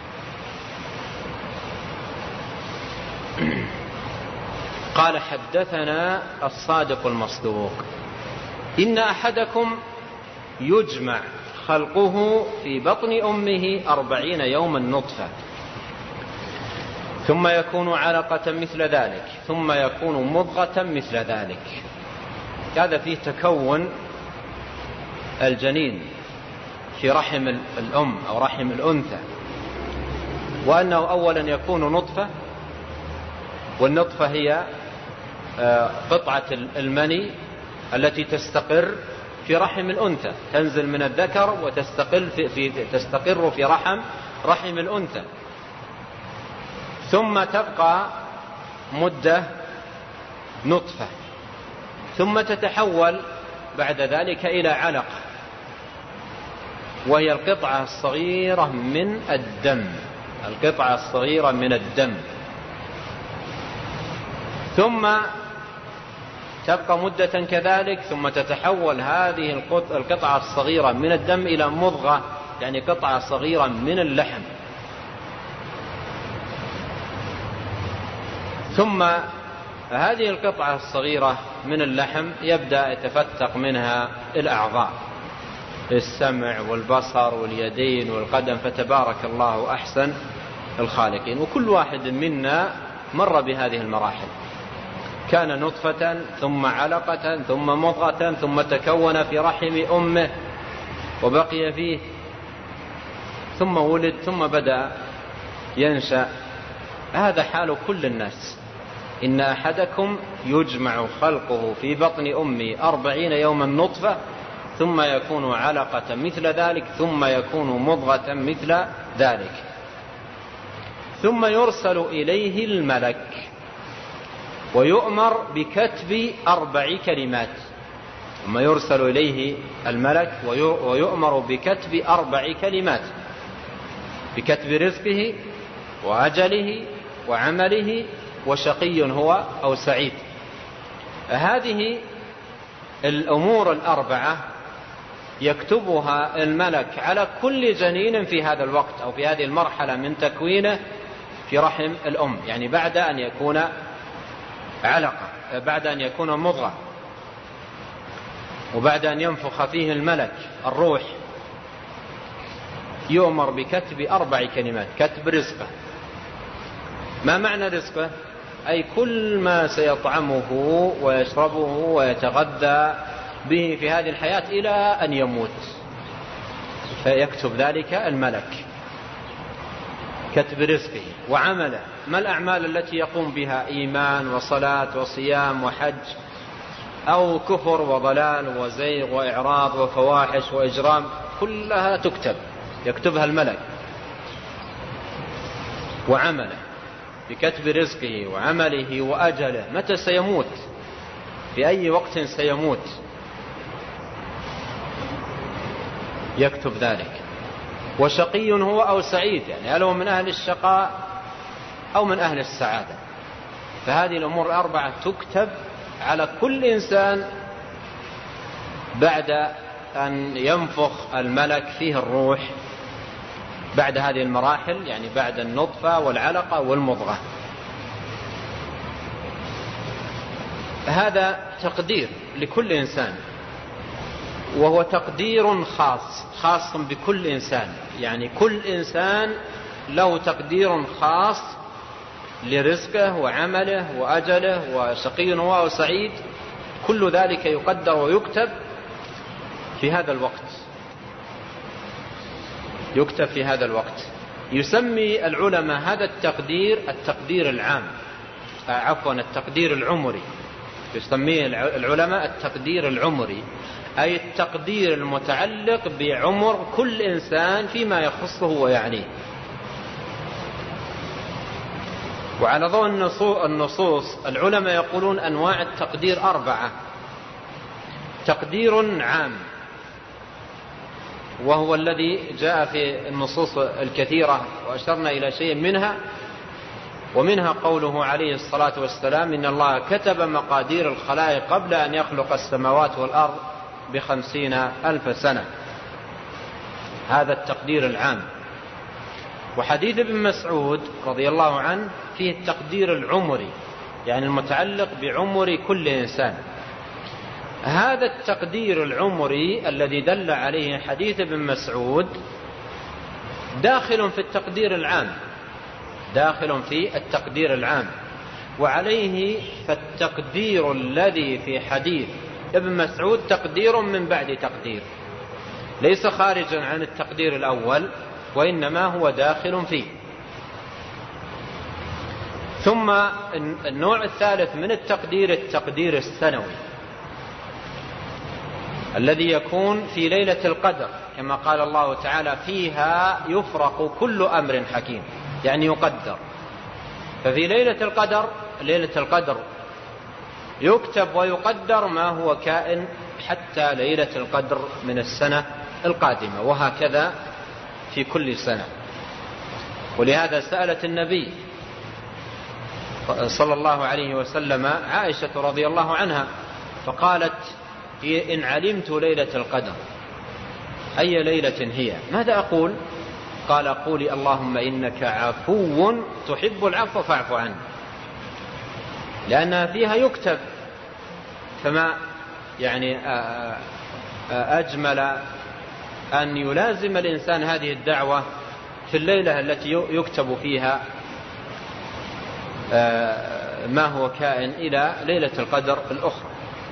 قال: حدثنا الصادق المصدوق إن أحدكم يجمع خلقه في بطن أمه 40 يوما نطفة ثم يكون علقة مثل ذلك ثم يكون مضغة مثل ذلك. هذا فيه تكون الجنين في رحم الأم أو رحم الأنثى، وأنه أولا يكون نطفة، والنطفة هي قطعة المني التي تستقر في رحم الأنثى، تنزل من الذكر وتستقر في رحم الأنثى، ثم تبقى مدة نطفة، ثم تتحول بعد ذلك إلى علقة، وهي القطعة الصغيرة من الدم، القطعة الصغيرة من الدم، ثم تبقى مدة كذلك، ثم تتحول هذه القطعة الصغيرة من الدم إلى مضغة، يعني قطعة صغيرة من اللحم، ثم هذه القطعة الصغيرة من اللحم يبدأ يتفتق منها الأعضاء، السمع والبصر واليدين والقدم، فتبارك الله أحسن الخالقين. وكل واحد منا مر بهذه المراحل، كان نطفة ثم علقة ثم مضغة ثم تكون في رحم أمه وبقي فيه، ثم ولد ثم بدأ ينشأ. هذا حال كل الناس. إن أحدكم يجمع خلقه في بطن أمه 40 يوما نطفة ثم يكون علقة مثل ذلك ثم يكون مضغة مثل ذلك ثم يرسل إليه الملك ويؤمر بكتب 4 كلمات. ثم يرسل إليه الملك ويؤمر بكتب 4 كلمات، بكتب رزقه وأجله وعمله وشقي هو أو سعيد. هذه الأمور ال4 يكتبها الملك على كل جنين في هذا الوقت أو في هذه المرحلة من تكوينه في رحم الأم، يعني بعد أن يكون علقة، بعد أن يكون مضغة، وبعد أن ينفخ فيه الملك الروح، يؤمر بكتب 4 كلمات. كتب رزقه. ما معنى رزقه؟ أي كل ما سيطعمه ويشربه ويتغذى به في هذه الحياة إلى أن يموت، فيكتب ذلك الملك. كتب رزقه. وعمله، ما الأعمال التي يقوم بها؟ إيمان وصلاة وصيام وحج، أو كفر وضلال وزيغ وإعراض وفواحش وإجرام، كلها تكتب، يكتبها الملك. وعمله بكتب رزقه وعمله وأجله، متى سيموت، في أي وقت سيموت، يكتب ذلك. وشقي هو أو سعيد، يعني هل هو من أهل الشقاء أو من أهل السعادة. فهذه الأمور ال4 تكتب على كل إنسان بعد أن ينفخ الملك فيه الروح، بعد هذه المراحل، يعني بعد النطفة والعلقة والمضغة. هذا تقدير لكل إنسان، وهو تقدير خاص بكل إنسان، يعني كل إنسان له تقدير خاص لرزقه وعمله وأجله وشقي هو أو سعيد. كل ذلك يقدر ويكتب في هذا الوقت، يكتب في هذا الوقت. يسمي العلماء هذا التقدير العام، التقدير العمري. يسميه العلماء التقدير العمري، أي التقدير المتعلق بعمر كل إنسان فيما يخصه ويعنيه. وعلى ضوء النصوص العلماء يقولون أنواع التقدير 4. تقدير عام، وهو الذي جاء في النصوص الكثيرة وأشرنا إلى شيء منها، ومنها قوله عليه الصلاة والسلام: إن الله كتب مقادير الخلائق قبل أن يخلق السماوات والأرض ب50,000 سنة. هذا التقدير العام. وحديث ابن مسعود رضي الله عنه فيه التقدير العمري، يعني المتعلق بعمر كل إنسان. هذا التقدير العمري الذي دل عليه حديث ابن مسعود داخل في التقدير العام، داخل في التقدير العام. وعليه فالتقدير الذي في حديث ابن مسعود تقدير من بعد تقدير، ليس خارجا عن التقدير الأول، وإنما هو داخل فيه. ثم النوع الثالث من التقدير السنوي، الذي يكون في ليلة القدر، كما قال الله تعالى: فيها يفرق كل أمر حكيم، يعني يقدر. ففي ليلة القدر يكتب ويقدر ما هو كائن حتى ليلة القدر من السنة القادمة، وهكذا في كل سنة. ولهذا سألت النبي صلى الله عليه وسلم عائشة رضي الله عنها فقالت: إن علمت ليلة القدر أي ليلة هي ماذا أقول؟ قال: قولي اللهم إنك عفو تحب العفو فاعف عنه، لأنها فيها يكتب. فما يعني أجمل أن يلازم الإنسان هذه الدعوة في الليلة التي يكتب فيها ما هو كائن إلى ليلة القدر الأخرى.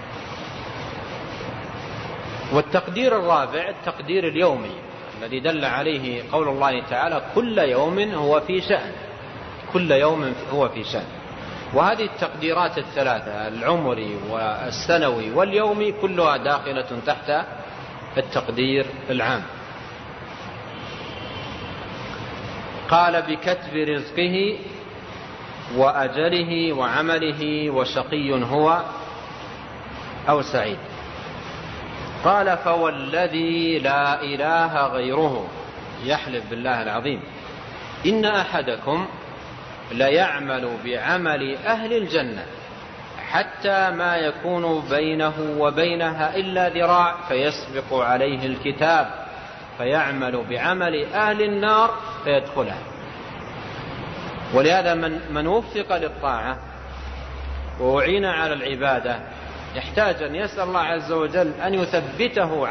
والتقدير الرابع التقدير اليومي، الذي دل عليه قول الله تعالى: كل يوم هو في شأن، كل يوم هو في شأن. وهذه التقديرات الثلاثة، العمري والسنوي واليومي، كلها داخلة تحت التقدير العام. قال بكتب رزقه وأجله وعمله وشقي هو أو سعيد. قال فوالذي لا إله غيره، يحلف بالله العظيم، إن أحدكم ليعمل بعمل أهل الجنة حتى ما يكون بينه وبينها إلا ذراع فيسبق عليه الكتاب فيعمل بعمل أهل النار فيدخلها. ولهذا من وفق للطاعة وأعين على العبادة يحتاج أن يسأل الله عز وجل أن يثبته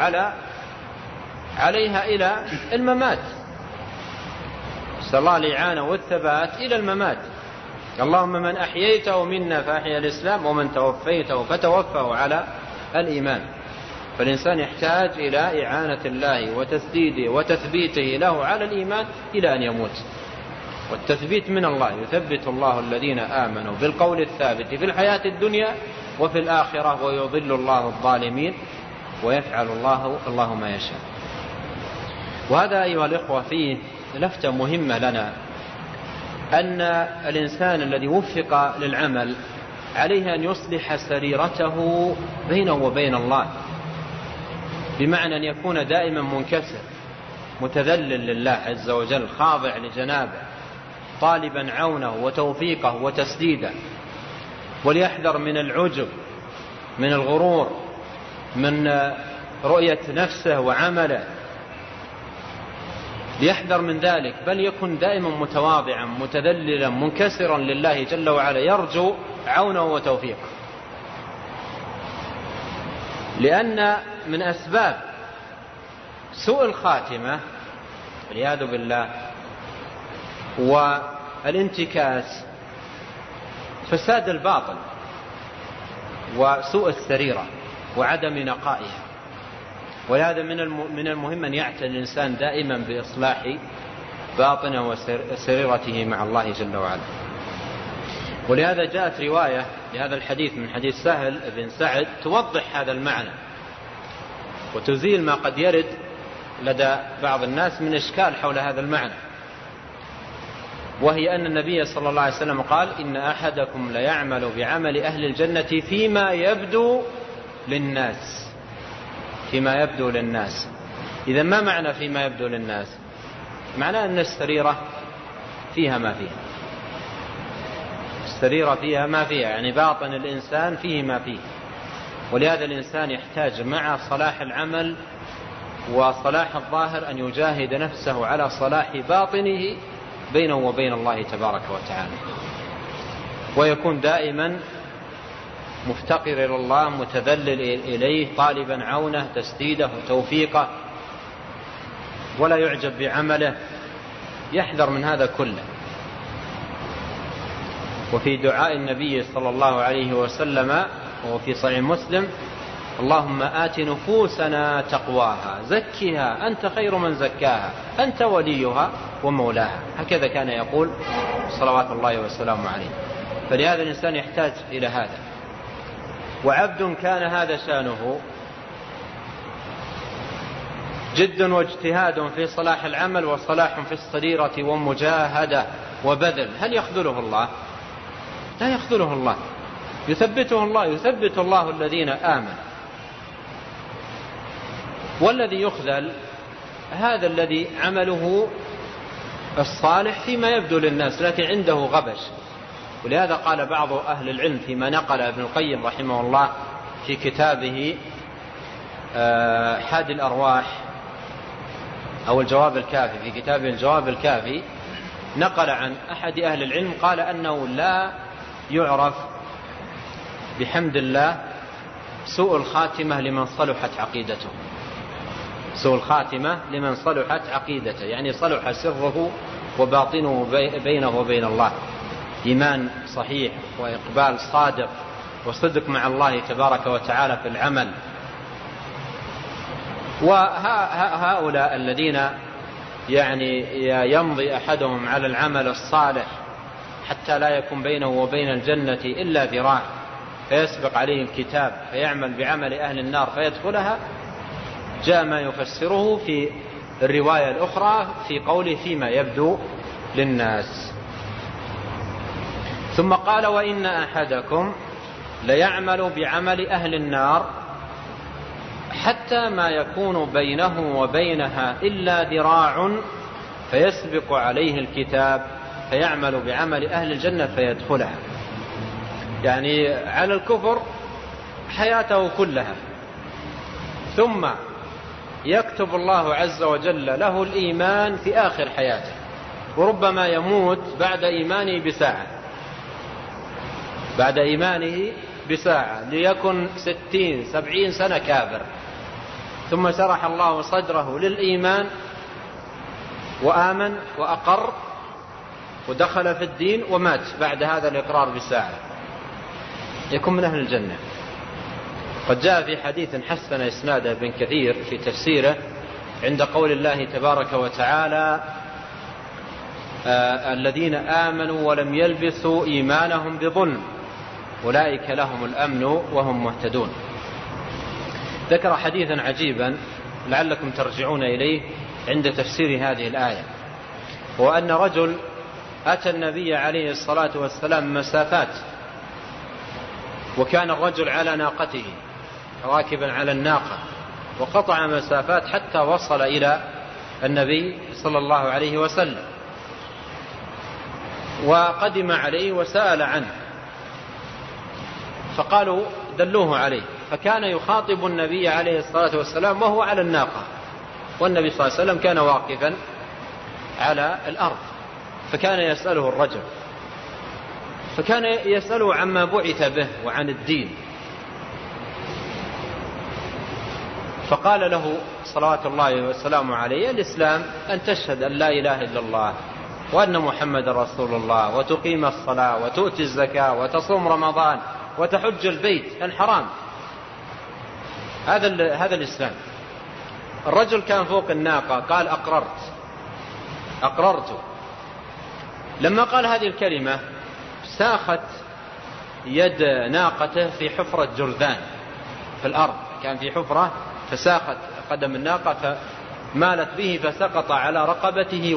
عليها إلى الممات، نسأل الله الإعانة والثبات إلى الممات. اللهم من أحييته منا فأحيا الإسلام ومن توفيته فتوفه على الإيمان. فالإنسان يحتاج إلى إعانة الله وتسديده وتثبيته له على الإيمان إلى أن يموت. والتثبيت من الله، يثبت الله الذين آمنوا بالقول الثابت في الحياة الدنيا وفي الآخرة ويضل الله الظالمين ويفعل الله ما يشاء. وهذا أيها الإخوة فيه لفتة مهمة لنا، أن الإنسان الذي وفق للعمل عليه أن يصلح سريرته بينه وبين الله، بمعنى أن يكون دائما منكسر متذلل لله عز وجل، خاضع لجنابه، طالبا عونه وتوفيقه وتسديده. وليحذر من العجب، من الغرور، من رؤية نفسه وعمله، ليحذر من ذلك، بل يكن دائما متواضعا متذللا منكسرا لله جل وعلا، يرجو عونه وتوفيقه. لأن من أسباب سوء الخاتمة والعياذ بالله والانتكاس فساد الباطن وسوء السريرة وعدم نقائها. ولهذا من المهم أن يعتني الإنسان دائما بإصلاح باطنه وسريرته مع الله جل وعلا. ولهذا جاءت رواية لهذا الحديث من حديث سهل بن سعد توضح هذا المعنى وتزيل ما قد يرد لدى بعض الناس من إشكال حول هذا المعنى، وهي أن النبي صلى الله عليه وسلم قال إن أحدكم ليعمل بعمل أهل الجنة فيما يبدو للناس. فيما يبدو للناس، إذا ما معنى فيما يبدو للناس؟ معناه أن السريرة فيها ما فيها، السريرة فيها ما فيها، يعني باطن الإنسان فيه ما فيه. ولهذا الإنسان يحتاج مع صلاح العمل وصلاح الظاهر أن يجاهد نفسه على صلاح باطنه بينه وبين الله تبارك وتعالى، ويكون دائما مفتقر إلى الله متذلل إليه طالبا عونه تسديده وتوفيقه، ولا يعجب بعمله، يحذر من هذا كله. وفي دعاء النبي صلى الله عليه وسلم وفي صحيح مسلم اللهم آت نفوسنا تقواها زكها أنت خير من زكاها أنت وليها ومولاها، هكذا كان يقول صلوات الله وسلامه عليه. فلهذا الإنسان يحتاج إلى هذا. وعبد كان هذا شانه جد واجتهاد في صلاح العمل وصلاح في السريرة ومجاهدة وبذل، هل يخذله الله؟ لا يخذله الله، يثبته الله، يثبت الله الذين آمنوا. والذي يخذل هذا الذي عمله الصالح فيما يبدو للناس لكن عنده غبش. ولهذا قال بعض أهل العلم فيما نقل ابن القيم رحمه الله في كتابه حاد الأرواح أو الجواب الكافي، في كتابه الجواب الكافي نقل عن أحد أهل العلم قال أنه لا يعرف بحمد الله سوء الخاتمة لمن صلحت عقيدته، سوء الخاتمة لمن صلحت عقيدته، يعني صلح سره وباطنه بينه وبين الله، إيمان صحيح وإقبال صادق وصدق مع الله تبارك وتعالى في العمل. وهؤلاء الذين يعني يمضي أحدهم على العمل الصالح حتى لا يكون بينه وبين الجنة إلا ذراع فيسبق عليه الكتاب فيعمل بعمل أهل النار فيدخلها، جاء ما يفسره في الرواية الأخرى في قوله فيما يبدو للناس. ثم قال: وإن أحدكم ليعمل بعمل أهل النار حتى ما يكون بينه وبينها إلا ذراع فيسبق عليه الكتاب فيعمل بعمل أهل الجنة فيدخلها. يعني على الكفر حياته كلها، ثم يكتب الله عز وجل له الإيمان في آخر حياته، وربما يموت بعد إيمانه بساعة ليكن 60-70 سنة كافر، ثم شرح الله صدره للإيمان وآمن وأقر ودخل في الدين ومات بعد هذا الإقرار بساعة، يكون من أهل الجنة. قد جاء في حديث حسن إسناده ابن كثير في تفسيره عند قول الله تبارك وتعالى: الذين آمنوا ولم يلبسوا إيمانهم بظلم أولئك لهم الأمن وهم مهتدون. ذكر حديثا عجيبا لعلكم ترجعون إليه عند تفسير هذه الآية، هو أن رجل أتى النبي عليه الصلاة والسلام مسافات، وكان الرجل على ناقته راكبا على الناقة، وقطع مسافات حتى وصل إلى النبي صلى الله عليه وسلم، وقدم عليه وسأل عنه، فقالوا دلوه عليه، فكان يخاطب النبي عليه الصلاة والسلام وهو على الناقة، والنبي صلى الله عليه وسلم كان واقفا على الأرض، فكان يسأله الرجل، فكان يسأله عما بعث به وعن الدين، فقال له صلوات الله وسلامه عليه: الإسلام أن تشهد أن لا إله إلا الله وأن محمد رسول الله، وتقيم الصلاة وتؤتي الزكاة وتصوم رمضان وتحج البيت الحرام. هذا الإسلام. الرجل كان فوق الناقة قال: أقررت. لما قال هذه الكلمة ساخت يد ناقته في حفرة جرذان في الأرض، كان في حفرة فساخت قدم الناقة فمالت به فسقط على رقبته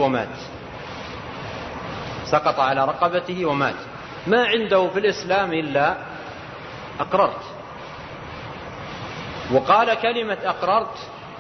ومات. ما عنده في الإسلام إلا أقررت. وقال كلمة أقررت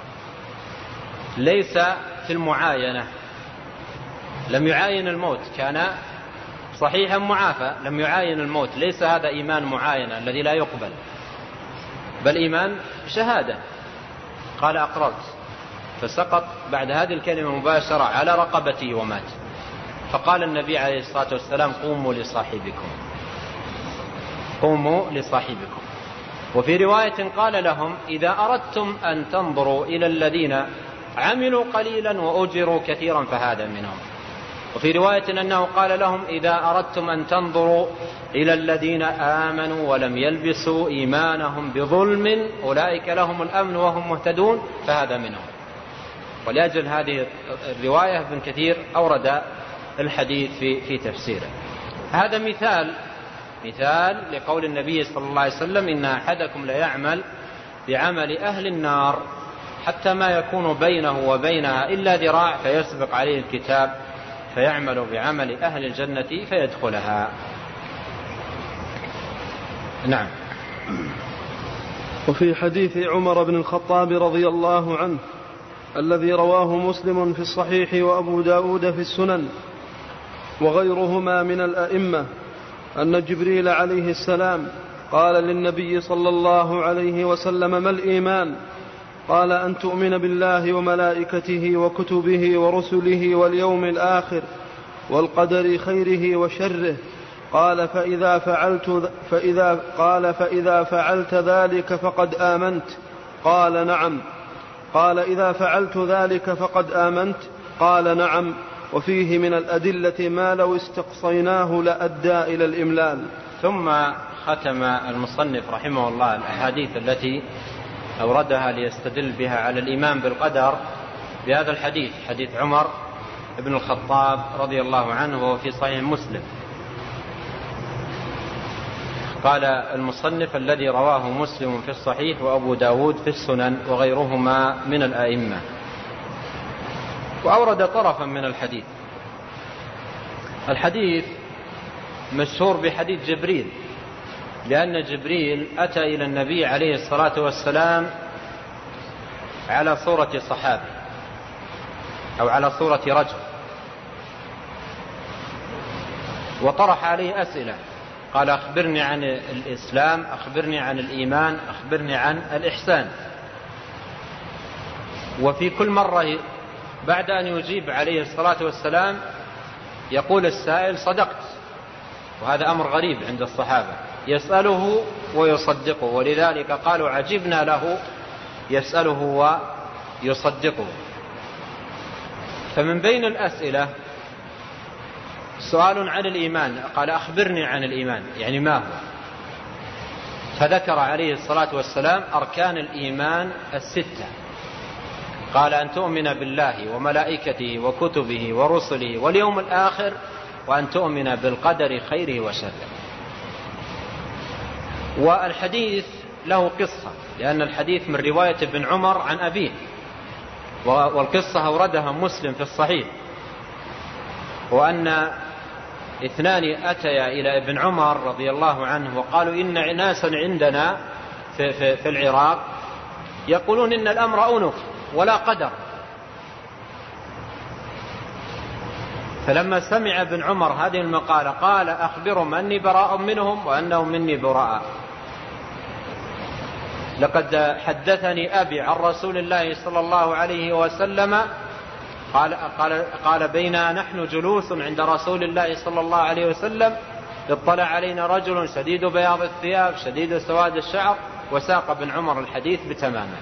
ليس في المعاينة، لم يعاين الموت، كان صحيحا معافى، لم يعاين الموت، ليس هذا إيمان معاينة الذي لا يقبل، بل إيمان شهادة. قال أقررت، فسقط بعد هذه الكلمة مباشرة على رقبته ومات. فقال النبي عليه الصلاة والسلام: قوموا لصاحبكم. وفي رواية قال لهم: إذا أردتم أن تنظروا إلى الذين عملوا قليلا وأجروا كثيرا فهذا منهم. وفي رواية أنه قال لهم: إذا أردتم أن تنظروا إلى الذين آمنوا ولم يلبسوا إيمانهم بظلم أولئك لهم الأمن وهم مهتدون فهذا منهم. ولأجل هذه الرواية ابن كثير أورد الحديث في تفسيره. هذا مثال لقول النبي صلى الله عليه وسلم: إن أحدكم ليعمل بعمل أهل النار حتى ما يكون بينه وبينها إلا ذراع فيسبق عليه الكتاب فيعمل بعمل أهل الجنة فيدخلها. نعم. وفي حديث عمر بن الخطاب رضي الله عنه الذي رواه مسلم في الصحيح وأبو داود في السنن وغيرهما من الأئمة أن جبريل عليه السلام قال للنبي صلى الله عليه وسلم: ما الإيمان؟ قال: أن تؤمن بالله وملائكته وكتبه ورسله واليوم الآخر والقدر خيره وشره. قال: فإذا فعلت ذلك فقد آمنت. قال: نعم. قال: إذا فعلت ذلك فقد آمنت. قال: نعم. وفيه من الأدلة ما لو استقصيناه لأدى إلى الإملال. ثم ختم المصنف رحمه الله الأحاديث التي أوردها ليستدل بها على الإيمان بالقدر بهذا الحديث، حديث عمر بن الخطاب رضي الله عنه وهو في صحيح مسلم. قال المصنف: الذي رواه مسلم في الصحيح وأبو داود في السنن وغيرهما من الأئمة. وأورد طرفا من الحديث الحديث مشهور بحديث جبريل، لأن جبريل أتى إلى النبي عليه الصلاة والسلام على صورة صحابي أو على صورة رجل، وطرح عليه أسئلة، قال: أخبرني عن الإسلام، أخبرني عن الإيمان، أخبرني عن الإحسان. وفي كل مرة بعد أن يجيب عليه الصلاة والسلام يقول السائل: صدقت. وهذا أمر غريب عند الصحابة، يسأله ويصدقه، ولذلك قالوا: عجبنا له يسأله ويصدقه. فمن بين الأسئلة سؤال عن الإيمان، قال: أخبرني عن الإيمان، يعني ما هو؟ فذكر عليه الصلاة والسلام أركان الإيمان الستة، قال: أن تؤمن بالله وملائكته وكتبه ورسله واليوم الآخر، وأن تؤمن بالقدر خيره وشره. والحديث له قصة، لأن الحديث من رواية ابن عمر عن أبيه، والقصة أوردها مسلم في الصحيح، وأن اثنان أتيا إلى ابن عمر رضي الله عنه وقالوا: إن ناسا عندنا في العراق يقولون إن الأمر أنف ولا قدر. فلما سمع ابن عمر هذه المقالة قال: أخبرهم أني براء منهم وأنهم مني براء. لقد حدثني أبي عن رسول الله صلى الله عليه وسلم قال: بينا نحن جلوس عند رسول الله صلى الله عليه وسلم اطلع علينا رجل شديد بياض الثياب شديد سواد الشعر، وساق ابن عمر الحديث بتمامه.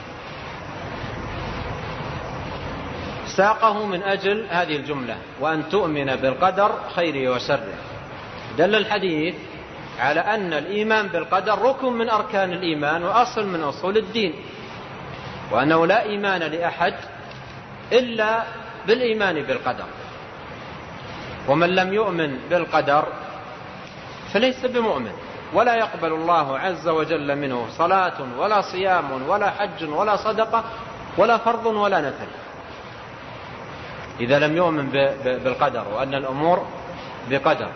ساقه من أجل هذه الجملة: وأن تؤمن بالقدر خيره وشره. دل الحديث على أن الإيمان بالقدر ركن من أركان الإيمان وأصل من أصول الدين، وأنه لا إيمان لأحد إلا بالإيمان بالقدر، ومن لم يؤمن بالقدر فليس بمؤمن، ولا يقبل الله عز وجل منه صلاة ولا صيام ولا حج ولا صدقة ولا فرض ولا نفل، إذا لم يؤمن بالقدر وأن الأمور بقدر.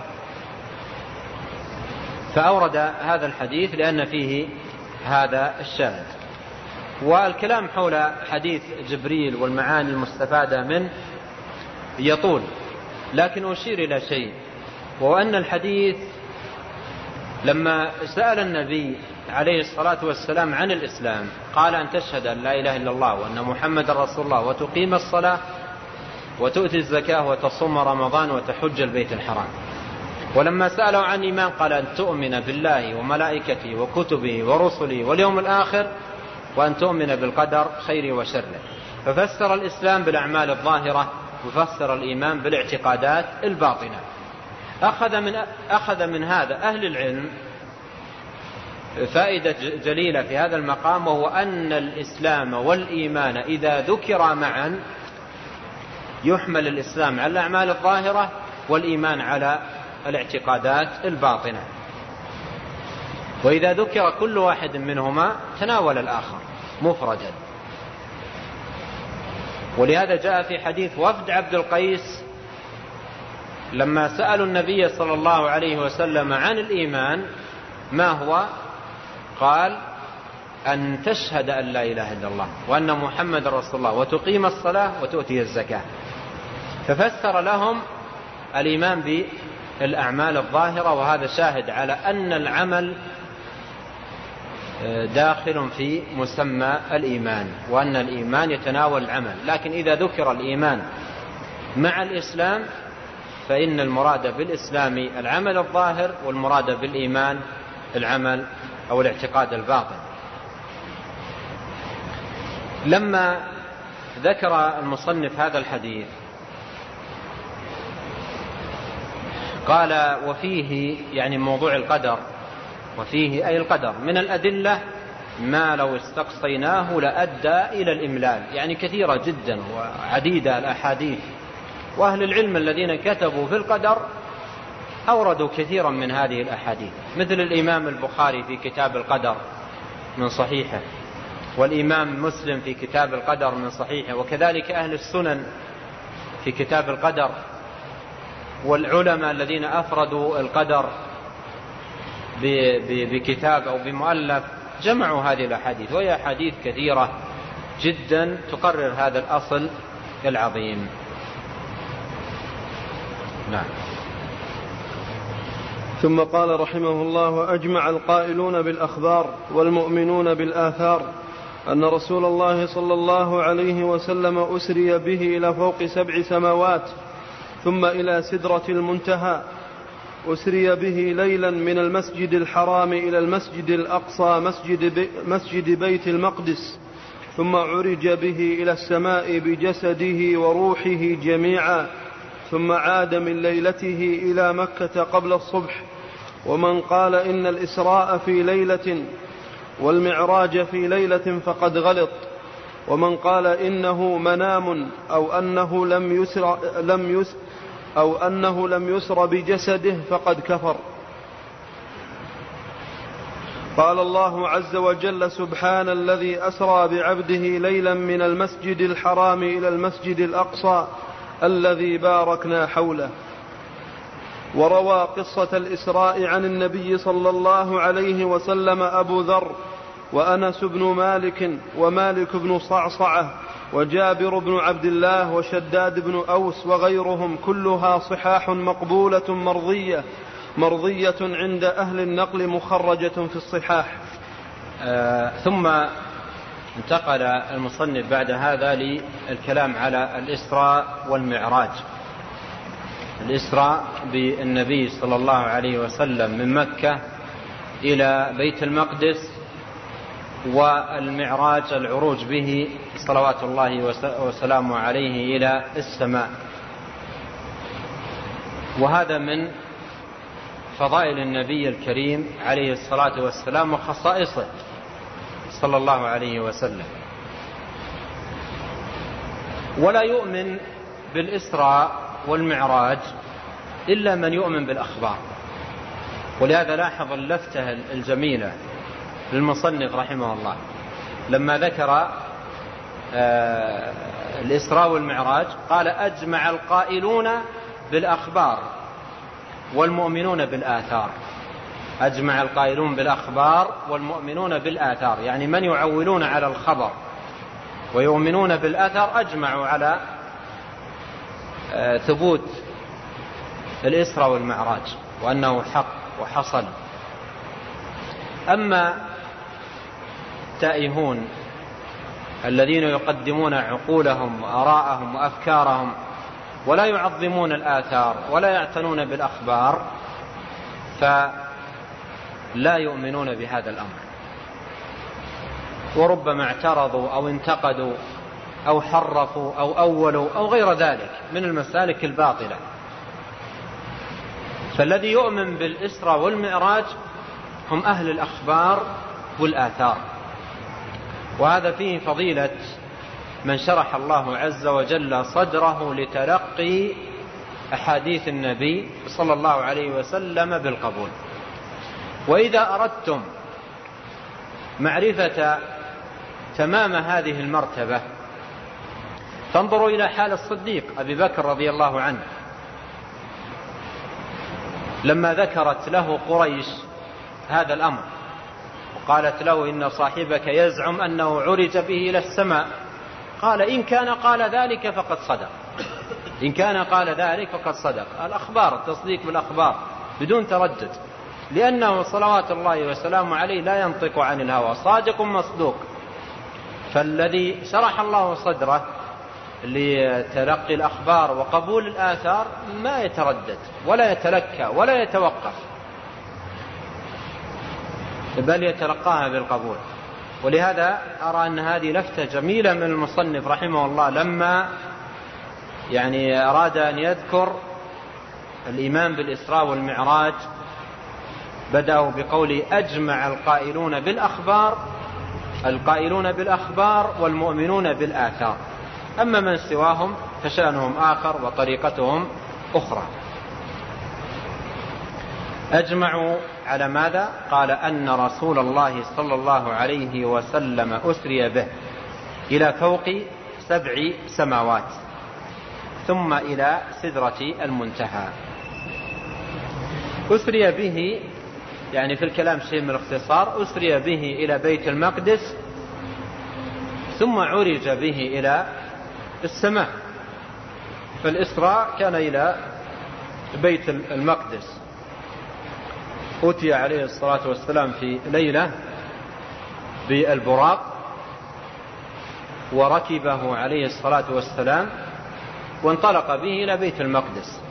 فأورد هذا الحديث لأن فيه هذا الشاهد. والكلام حول حديث جبريل والمعاني المستفادة منه يطول، لكن أشير إلى شيء، وهو أن الحديث لما سأل النبي عليه الصلاة والسلام عن الإسلام قال: أن تشهد أن لا إله إلا الله وأن محمد رسول الله وتقيم الصلاة وتؤتي الزكاة وتصوم رمضان وتحج البيت الحرام. ولما سألوا عن الإيمان قال: أن تؤمن بالله وملائكته وكتبه ورسله واليوم الآخر، وأن تؤمن بالقدر خيره وشره. ففسر الإسلام بالأعمال الظاهرة، وفسر الإيمان بالاعتقادات الباطنة. أخذ من هذا أهل العلم فائدة جليلة في هذا المقام، وهو أن الإسلام والإيمان إذا ذكر معا يحمل الإسلام على الأعمال الظاهرة والإيمان على الاعتقادات الباطنة، وإذا ذكر كل واحد منهما تناول الآخر مفردا. ولهذا جاء في حديث وفد عبد القيس لما سألوا النبي صلى الله عليه وسلم عن الإيمان ما هو؟ قال: أن تشهد أن لا إله إلا الله وأن محمد رسول الله وتقيم الصلاة وتؤتي الزكاة. ففسر لهم الإيمان بالأعمال الظاهرة، وهذا شاهد على أن العمل داخل في مسمى الإيمان، وأن الإيمان يتناول العمل. لكن إذا ذكر الإيمان مع الإسلام فإن المراد بالإسلام العمل الظاهر، والمراد بالإيمان العمل أو الاعتقاد الباطن. لما ذكر المصنف هذا الحديث قال: وفيه يعني موضوع القدر، وفيه أي القدر من الأدلة ما لو استقصيناه لأدى إلى الإملال، يعني كثيرة جدا وعديدة الأحاديث. وأهل العلم الذين كتبوا في القدر أوردوا كثيرا من هذه الأحاديث، مثل الإمام البخاري في كتاب القدر من صحيحه، والإمام مسلم في كتاب القدر من صحيحه، وكذلك أهل السنن في كتاب القدر. والعلماء الذين أفردوا القدر بكتاب أو بمؤلف جمعوا هذه الأحاديث، وهي أحاديث كثيرة جدا تقرر هذا الأصل العظيم. نعم. ثم قال رحمه الله: أجمع القائلون بالأخبار والمؤمنون بالآثار أن رسول الله صلى الله عليه وسلم أسري به إلى فوق 7 سماوات ثم إلى سدرة المنتهى، أسري به ليلا من المسجد الحرام إلى المسجد الأقصى مسجد بيت المقدس، ثم عرج به إلى السماء بجسده وروحه جميعا، ثم عاد من ليلته إلى مكة قبل الصبح. ومن قال إن الإسراء في ليلة والمعراج في ليلة فقد غلط، ومن قال إنه منام أو أنه لم يسر بجسده فقد كفر. قال الله عز وجل: سبحان الذي أسرى بعبده ليلا من المسجد الحرام إلى المسجد الأقصى الذي باركنا حوله. وروى قصة الإسراء عن النبي صلى الله عليه وسلم أبو ذر وأنس بن مالك ومالك بن صعصعة وجابر بن عبد الله وشداد بن أوس وغيرهم، كلها صحاح مقبولة مرضية عند أهل النقل، مخرجة في الصحاح. ثم انتقل المصنف بعد هذا للكلام على الإسراء والمعراج. الإسراء بالنبي صلى الله عليه وسلم من مكة إلى بيت المقدس، والمعراج العروج به صلوات الله وسلامه عليه إلى السماء. وهذا من فضائل النبي الكريم عليه الصلاة والسلام وخصائصه صلى الله عليه وسلم. ولا يؤمن بالإسراء والمعراج إلا من يؤمن بالأخبار. ولهذا لاحظ اللفتة الجميلة للمصنف رحمه الله لما ذكر الإسراء والمعراج، قال: أجمع القائلون بالأخبار والمؤمنون بالآثار. أجمع القائلون بالأخبار والمؤمنون بالآثار، يعني من يعولون على الخبر ويؤمنون بالآثار أجمعوا على ثبوت الإسراء والمعراج وأنه حق وحصل. أما التائهون الذين يقدمون عقولهم وآراءهم وأفكارهم ولا يعظمون الآثار ولا يعتنون بالأخبار فلا يؤمنون بهذا الأمر، وربما اعترضوا أو انتقدوا أو حرفوا أو أولوا أو غير ذلك من المسالك الباطلة. فالذي يؤمن بالإسراء والمعراج هم أهل الأخبار والآثار. وهذا فيه فضيلة من شرح الله عز وجل صدره لتلقي أحاديث النبي صلى الله عليه وسلم بالقبول. وإذا أردتم معرفة تمام هذه المرتبة فانظروا إلى حال الصديق أبي بكر رضي الله عنه لما ذكرت له قريش هذا الأمر وقالت له: إن صاحبك يزعم أنه عرج به إلى السماء. قال: إن كان قال ذلك فقد صدق. إن كان قال ذلك فقد صدق. الأخبار، التصديق بالأخبار بدون تردد، لأنه صلوات الله وسلامه عليه لا ينطق عن الهوى، صادق مصدوق. فالذي شرح الله صدره لتلقي الأخبار وقبول الآثار ما يتردد ولا يتلكى ولا يتوقف، بل يتلقاها بالقبول. ولهذا أرى أن هذه لفتة جميلة من المصنف رحمه الله لما أراد أن يذكر الإيمان بالإسراء والمعراج بدأوا بقول: أجمع القائلون بالأخبار والمؤمنون بالآثار. أما من سواهم فشأنهم آخر وطريقتهم أخرى. أجمعوا على ماذا؟ قال: أن رسول الله صلى الله عليه وسلم أسري به إلى فوق 7 سماوات ثم إلى سدرة المنتهى. أسري به يعني في الكلام شيء من الاختصار، أسري به إلى بيت المقدس ثم عرج به إلى السماء. فالإسراء كان إلى بيت المقدس. أتي عليه الصلاة والسلام في ليلة بالبراق وركبه عليه الصلاة والسلام وانطلق به إلى بيت المقدس،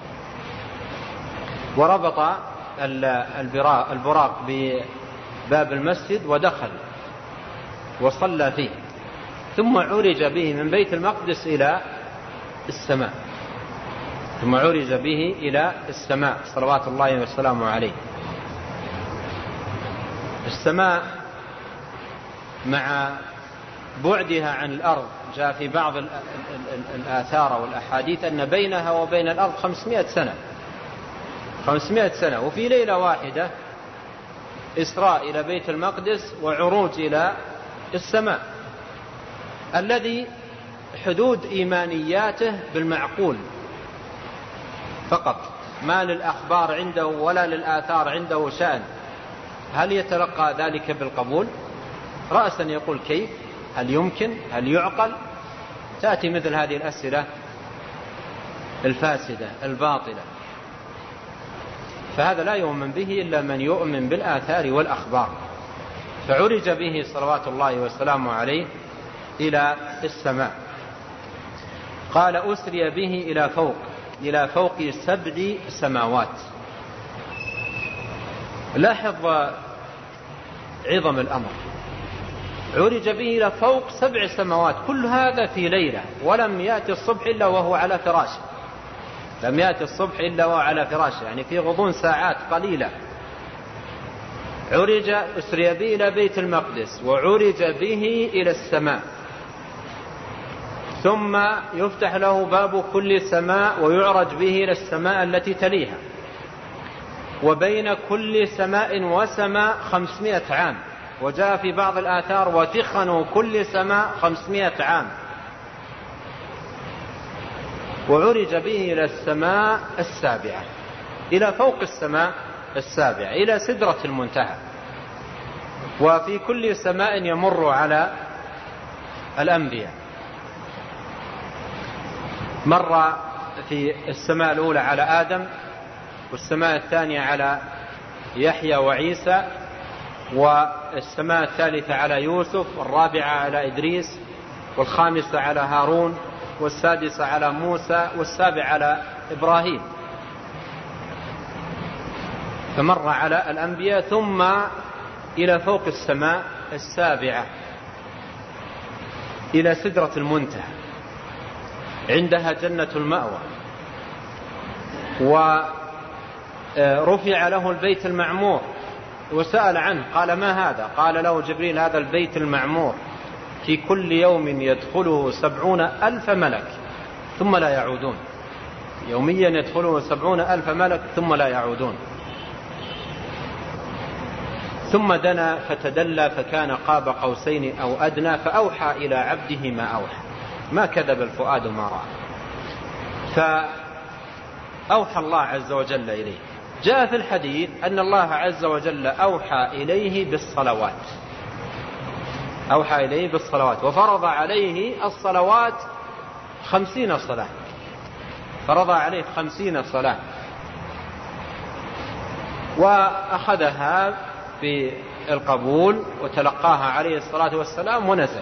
وربط البراق بباب المسجد ودخل وصلى فيه، ثم عرج به من بيت المقدس إلى السماء، ثم عرج به إلى السماء صلوات الله وسلامه عليه. السماء مع بعدها عن الأرض جاء في بعض الآثار والأحاديث أن بينها وبين الأرض 500 سنة، وفي ليلة واحدة إسراء إلى بيت المقدس وعروج إلى السماء، الذي حدود إيمانياته بالمعقول فقط، ما للأخبار عنده ولا للآثار عنده شأن. هل يتلقى ذلك بالقبول؟ رأسا يقول كيف؟ هل يمكن؟ هل يعقل؟ تأتي مثل هذه الأسئلة الفاسدة الباطلة، فهذا لا يؤمن به إلا من يؤمن بالآثار والأخبار. فعرج به صلوات الله وسلامه عليه إلى السماء. قال أسري به إلى فوق 7 سماوات. لاحظ عظم الأمر، عرج به إلى فوق 7 سماوات، كل هذا في ليلة، ولم يأتي الصبح إلا وهو على فراشه، لم يأتي الصبح إلا وهو على فراشه، يعني في غضون ساعات قليلة. أسري به إلى بيت المقدس وعرج به إلى السماء، ثم يفتح له باب كل سماء ويعرج به إلى السماء التي تليها، وبين كل سماء وسماء 500 عام، وجاء في بعض الآثار وتخن كل سماء 500 عام. وعرج به إلى السماء 7، إلى فوق السماء 7، إلى سدرة المنتهى. وفي كل سماء يمر على الأنبياء، مر في السماء الأولى على آدم، والسماء الثانية على يحيى وعيسى، والسماء الثالثة على يوسف، والرابعة على إدريس، والخامسة على هارون، والسادسة على موسى، والسابع على إبراهيم. فمر على الأنبياء، ثم إلى فوق السماء 7 إلى سدرة المنتهى، عندها جنة المأوى. ورفع له البيت المعمور وسأل عنه، قال ما هذا؟ قال له جبريل هذا البيت المعمور في كل يوم يدخله 70,000 ملك ثم لا يعودون، يوميا يدخله 70,000 ملك ثم لا يعودون. ثم دنا فتدلى فكان قاب قوسين أو أدنى فأوحى إلى عبده ما أوحى، ما كذب الفؤاد ما رأى. فأوحى الله عز وجل إليه. جاء في الحديث أن الله عز وجل أوحى إليه بالصلوات، أوحى إليه بالصلوات، وفرض عليه الصلوات 50 صلاة، فرض عليه 50 صلاة، وأخذها بالقبول وتلقاها عليه الصلاة والسلام ونزل.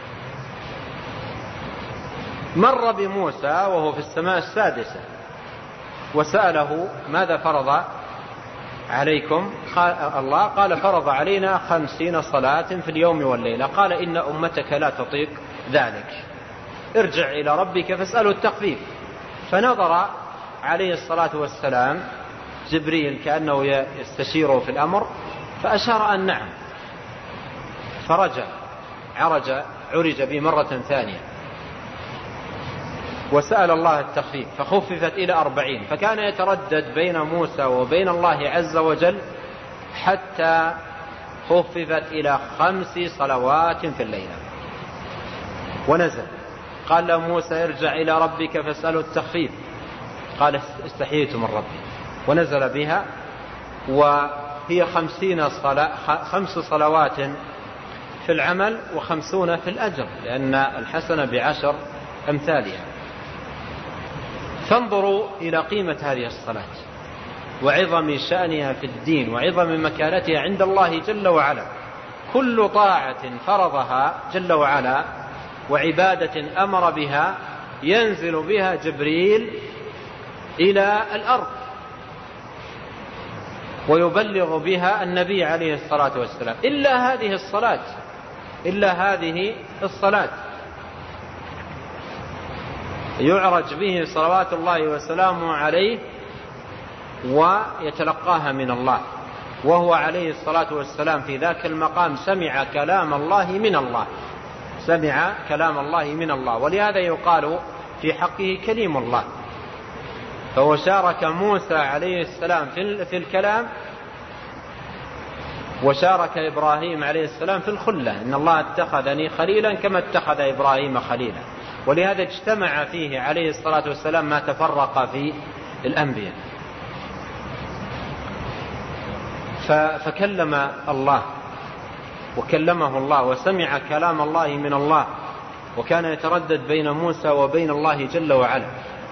مر بموسى وهو في السماء السادسة وسأله ماذا فرض عليكم؟ الله قال فرض علينا 50 صلاة في اليوم والليلة. قال إن أمتك لا تطيق ذلك، ارجع إلى ربك فاسأله التخفيف. فنظر عليه الصلاة والسلام جبريل كأنه يستشيره في الأمر، فأشار أن نعم، عرج به مرة ثانية وسأل الله التخفيف، فخففت إلى 40، فكان يتردد بين موسى وبين الله عز وجل حتى خففت إلى 5 صلوات في الليلة ونزل. قال له موسى ارجع إلى ربك فاسأله التخفيف، قال استحييت من ربي، ونزل بها وهي 5 صلوات في العمل و50 في الأجر، لأن الحسنة ب10 أمثالها. فانظروا إلى قيمة هذه الصلاة وعظم شأنها في الدين وعظم مكانتها عند الله جل وعلا. كل طاعة فرضها جل وعلا وعبادة أمر بها ينزل بها جبريل إلى الأرض ويبلغ بها النبي عليه الصلاة والسلام، إلا هذه الصلاة يعرج به صلوات الله وسلامه عليه ويتلقاها من الله، وهو عليه الصلاة والسلام في ذاك المقام سمع كلام الله من الله، ولهذا يقال في حقه كليم الله. فهو شارك موسى عليه السلام في الكلام، وشارك إبراهيم عليه السلام في الخلة. إن الله اتخذني خليلا كما اتخذ إبراهيم خليلا، ولهذا اجتمع فيه عليه الصلاة والسلام ما تفرق في الأنبياء. فكلم الله وكلمه الله وسمع كلام الله من الله، وكان يتردد بين موسى وبين الله جل وعلا.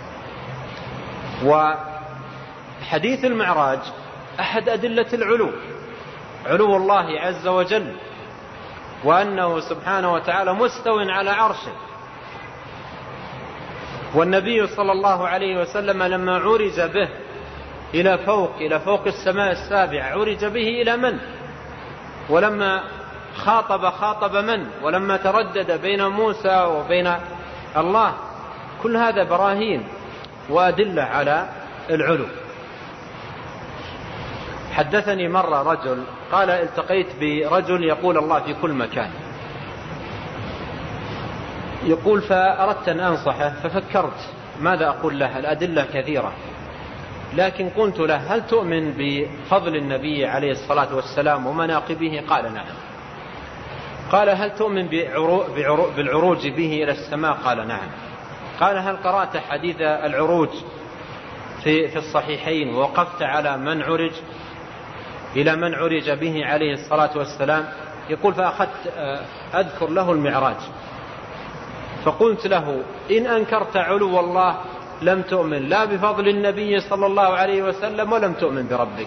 وحديث المعراج أحد أدلة علو الله عز وجل، وأنه سبحانه وتعالى مستو على عرشه. والنبي صلى الله عليه وسلم لما عرج به إلى فوق السماء السابعة عرج به إلى من؟ ولما خاطب من؟ ولما تردد بين موسى وبين الله. كل هذا براهين وأدلة على العلو. حدثني مرة رجل قال التقيت برجل يقول الله في كل مكان، يقول فأردت أن أنصحه ففكرت ماذا أقول له، الأدلة كثيرة، لكن قلت له هل تؤمن بفضل النبي عليه الصلاة والسلام ومناقبه؟ قال نعم. قال هل تؤمن بالعروج به إلى السماء؟ قال نعم. قال هل قرأت حديث العروج في الصحيحين ووقفت على من عرج به عليه الصلاة والسلام؟ يقول فأخذت أذكر له المعراج، فقلت له إن أنكرت علو الله لم تؤمن لا بفضل النبي صلى الله عليه وسلم ولم تؤمن بربك.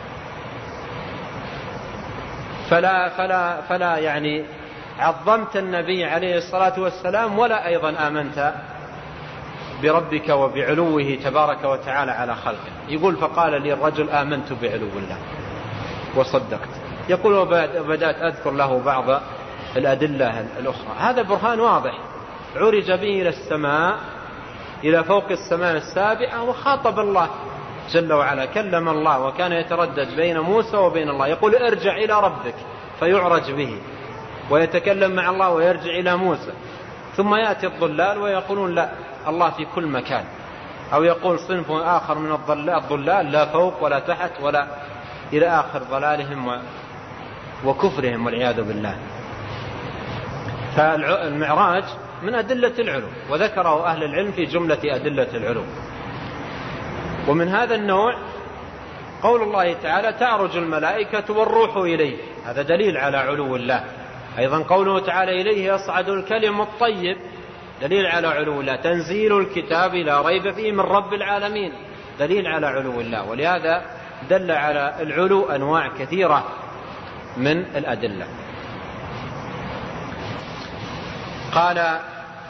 فلا يعني عظمت النبي عليه الصلاة والسلام ولا أيضا آمنت بربك وبعلوه تبارك وتعالى على خلقه. يقول فقال لي الرجل آمنت بعلو الله وصدقت. يقول وبدأت أذكر له بعض الأدلة الأخرى. هذا برهان واضح، عرج به إلى السماء إلى فوق السماء السابعة وخاطب الله جل وعلا، كلم الله وكان يتردد بين موسى وبين الله، يقول ارجع إلى ربك فيعرج به ويتكلم مع الله ويرجع إلى موسى. ثم يأتي الضلال ويقولون لا الله في كل مكان، أو يقول صنف آخر من الضلال لا فوق ولا تحت ولا إلى آخر ضلالهم وكفرهم والعياذ بالله. فالمعراج من أدلة العلو، وذكره أهل العلم في جملة أدلة العلو. ومن هذا النوع قول الله تعالى تعرج الملائكة والروح إليه، هذا دليل على علو الله. أيضا قوله تعالى إليه يصعد الكلم الطيب، دليل على علو الله. تنزيل الكتاب لا ريب فيه من رب العالمين، دليل على علو الله. ولهذا دل على العلو أنواع كثيرة من الأدلة. قال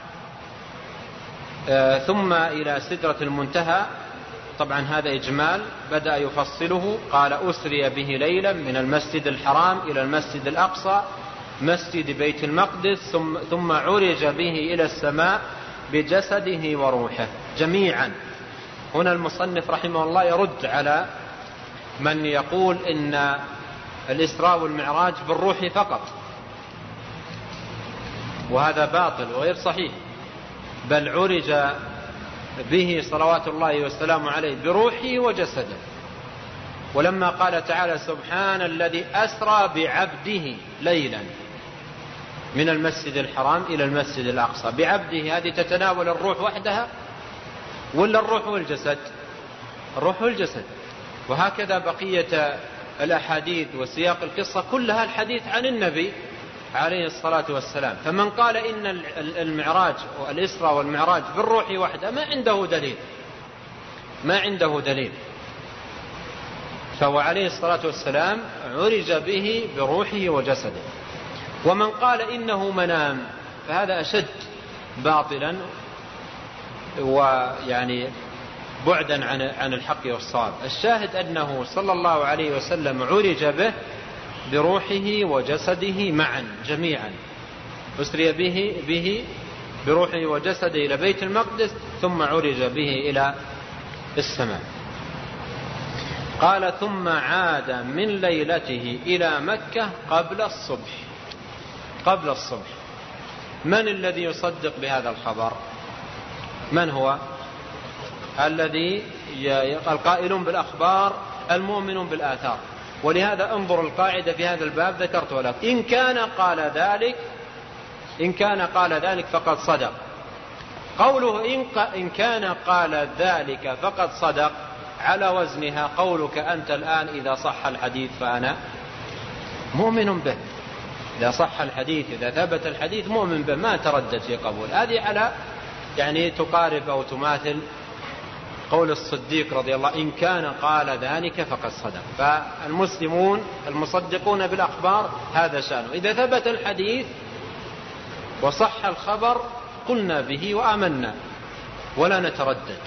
ثم إلى سدرة المنتهى، طبعا هذا إجمال بدأ يفصله. قال أسري به ليلا من المسجد الحرام إلى المسجد الأقصى مسجد بيت المقدس، ثم عرج به إلى السماء بجسده وروحه جميعا. هنا المصنف رحمه الله يرد على من يقول إن الإسراء والمعراج بالروح فقط، وهذا باطل وغير صحيح، بل عرج به صلوات الله والسلام عليه بروحه وجسده. ولما قال تعالى سبحان الذي أسرى بعبده ليلا من المسجد الحرام إلى المسجد الأقصى، بعبده هذه تتناول الروح وحدها ولا الروح والجسد؟ الروح والجسد. وهكذا بقية الأحاديث وسياق القصة كلها الحديث عن النبي عليه الصلاة والسلام. فمن قال إن المعراج والإسراء والمعراج بالروح وحده ما عنده دليل. فهو عليه الصلاة والسلام عرج به بروحه وجسده. ومن قال إنه منام فهذا أشد باطلا ويعني بعدا عن الحق والصواب. الشاهد أنه صلى الله عليه وسلم عرج به بروحه وجسده معا جميعا، أسري به بروحه وجسده إلى بيت المقدس ثم عرج به إلى السماء. قال ثم عاد من ليلته إلى مكة قبل الصبح. من الذي يصدق بهذا الخبر؟ من هو؟ الذي القائلون بالأخبار المؤمنون بالآثار. ولهذا انظر القاعدة في هذا الباب ذكرتها لك: إن كان قال ذلك فقد صدق. قوله إن كان قال ذلك فقد صدق على وزنها قولك أنت الآن إذا صح الحديث فأنا مؤمن به. إذا صح الحديث، إذا ثبت الحديث مؤمن به، ما تردد في قبول. هذه على يعني تقارب أو تماثل قول الصديق رضي الله: إن كان قال ذلك فقد صدق. فالمسلمون المصدقون بالأخبار هذا شأنه، إذا ثبت الحديث وصح الخبر قلنا به وآمنا ولا نتردد.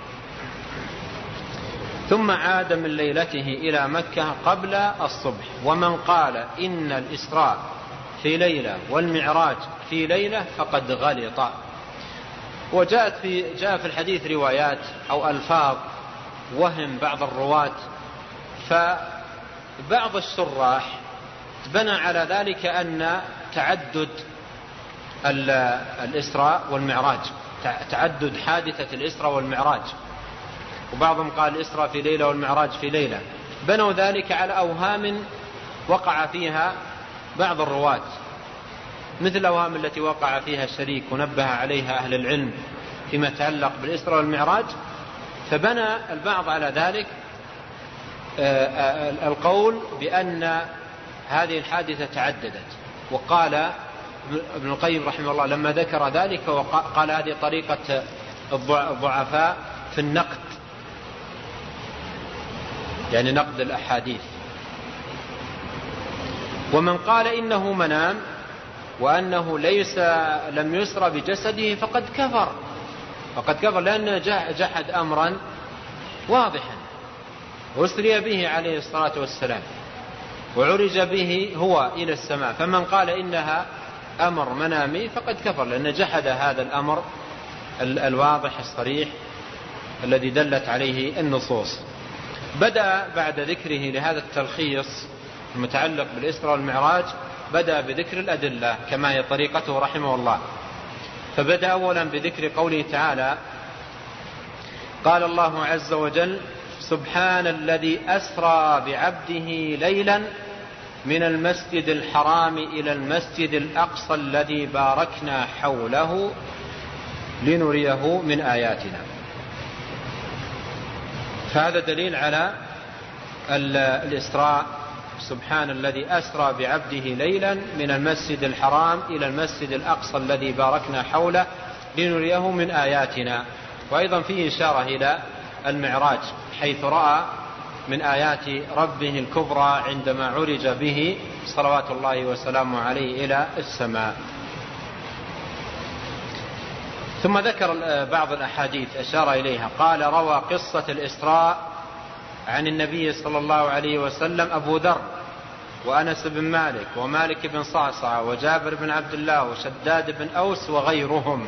ثم عاد من ليلته إلى مكة قبل الصبح. ومن قال إن الإسراء في ليلة والمعراج في ليلة فقد غلط. وجاء في الحديث روايات أو ألفاظ وهم بعض الرواة، فبعض الشراح بنى على ذلك أن تعدد الإسراء والمعراج، تعدد حادثة الإسراء والمعراج، وبعضهم قال الإسراء في ليلة والمعراج في ليلة. بنوا ذلك على أوهام وقع فيها بعض الرواة، مثل الأوهام التي وقع فيها الشريك ونبه عليها أهل العلم فيما يتعلق بالإسراء والمعراج. فبنى البعض على ذلك القول بأن هذه الحادثة تعددت. وقال ابن القيم رحمه الله لما ذكر ذلك وقال هذه طريقة الضعفاء في النقد، يعني نقد الأحاديث. ومن قال إنه منام وأنه لم يسر بجسده فقد كفر لأنه جحد أمرا واضحا وأسري به عليه الصلاة والسلام وعرج به هو إلى السماء. فمن قال إنها أمر منامي فقد كفر لأنه جحد هذا الأمر الواضح الصريح الذي دلت عليه النصوص. بدأ بعد ذكره لهذا التلخيص المتعلق بالإسراء والمعراج بدأ بذكر الأدلة كما هي طريقته رحمه الله. فبدأ أولا بذكر قوله تعالى: قال الله عز وجل: سبحان الذي أسرى بعبده ليلا من المسجد الحرام إلى المسجد الأقصى الذي باركنا حوله لنريه من آياتنا. فهذا دليل على الإسراء. سبحان الذي أسرى بعبده ليلا من المسجد الحرام إلى المسجد الأقصى الذي باركنا حوله لنريه من آياتنا. وأيضا فيه إشارة إلى المعراج حيث رأى من آيات ربه الكبرى عندما عرج به صلوات الله وسلامه عليه إلى السماء. ثم ذكر بعض الأحاديث أشار إليها. قال: روى قصة الإسراء عن النبي صلى الله عليه وسلم أبو ذر وأنس بن مالك ومالك بن صعصع وجابر بن عبد الله وشداد بن أوس وغيرهم.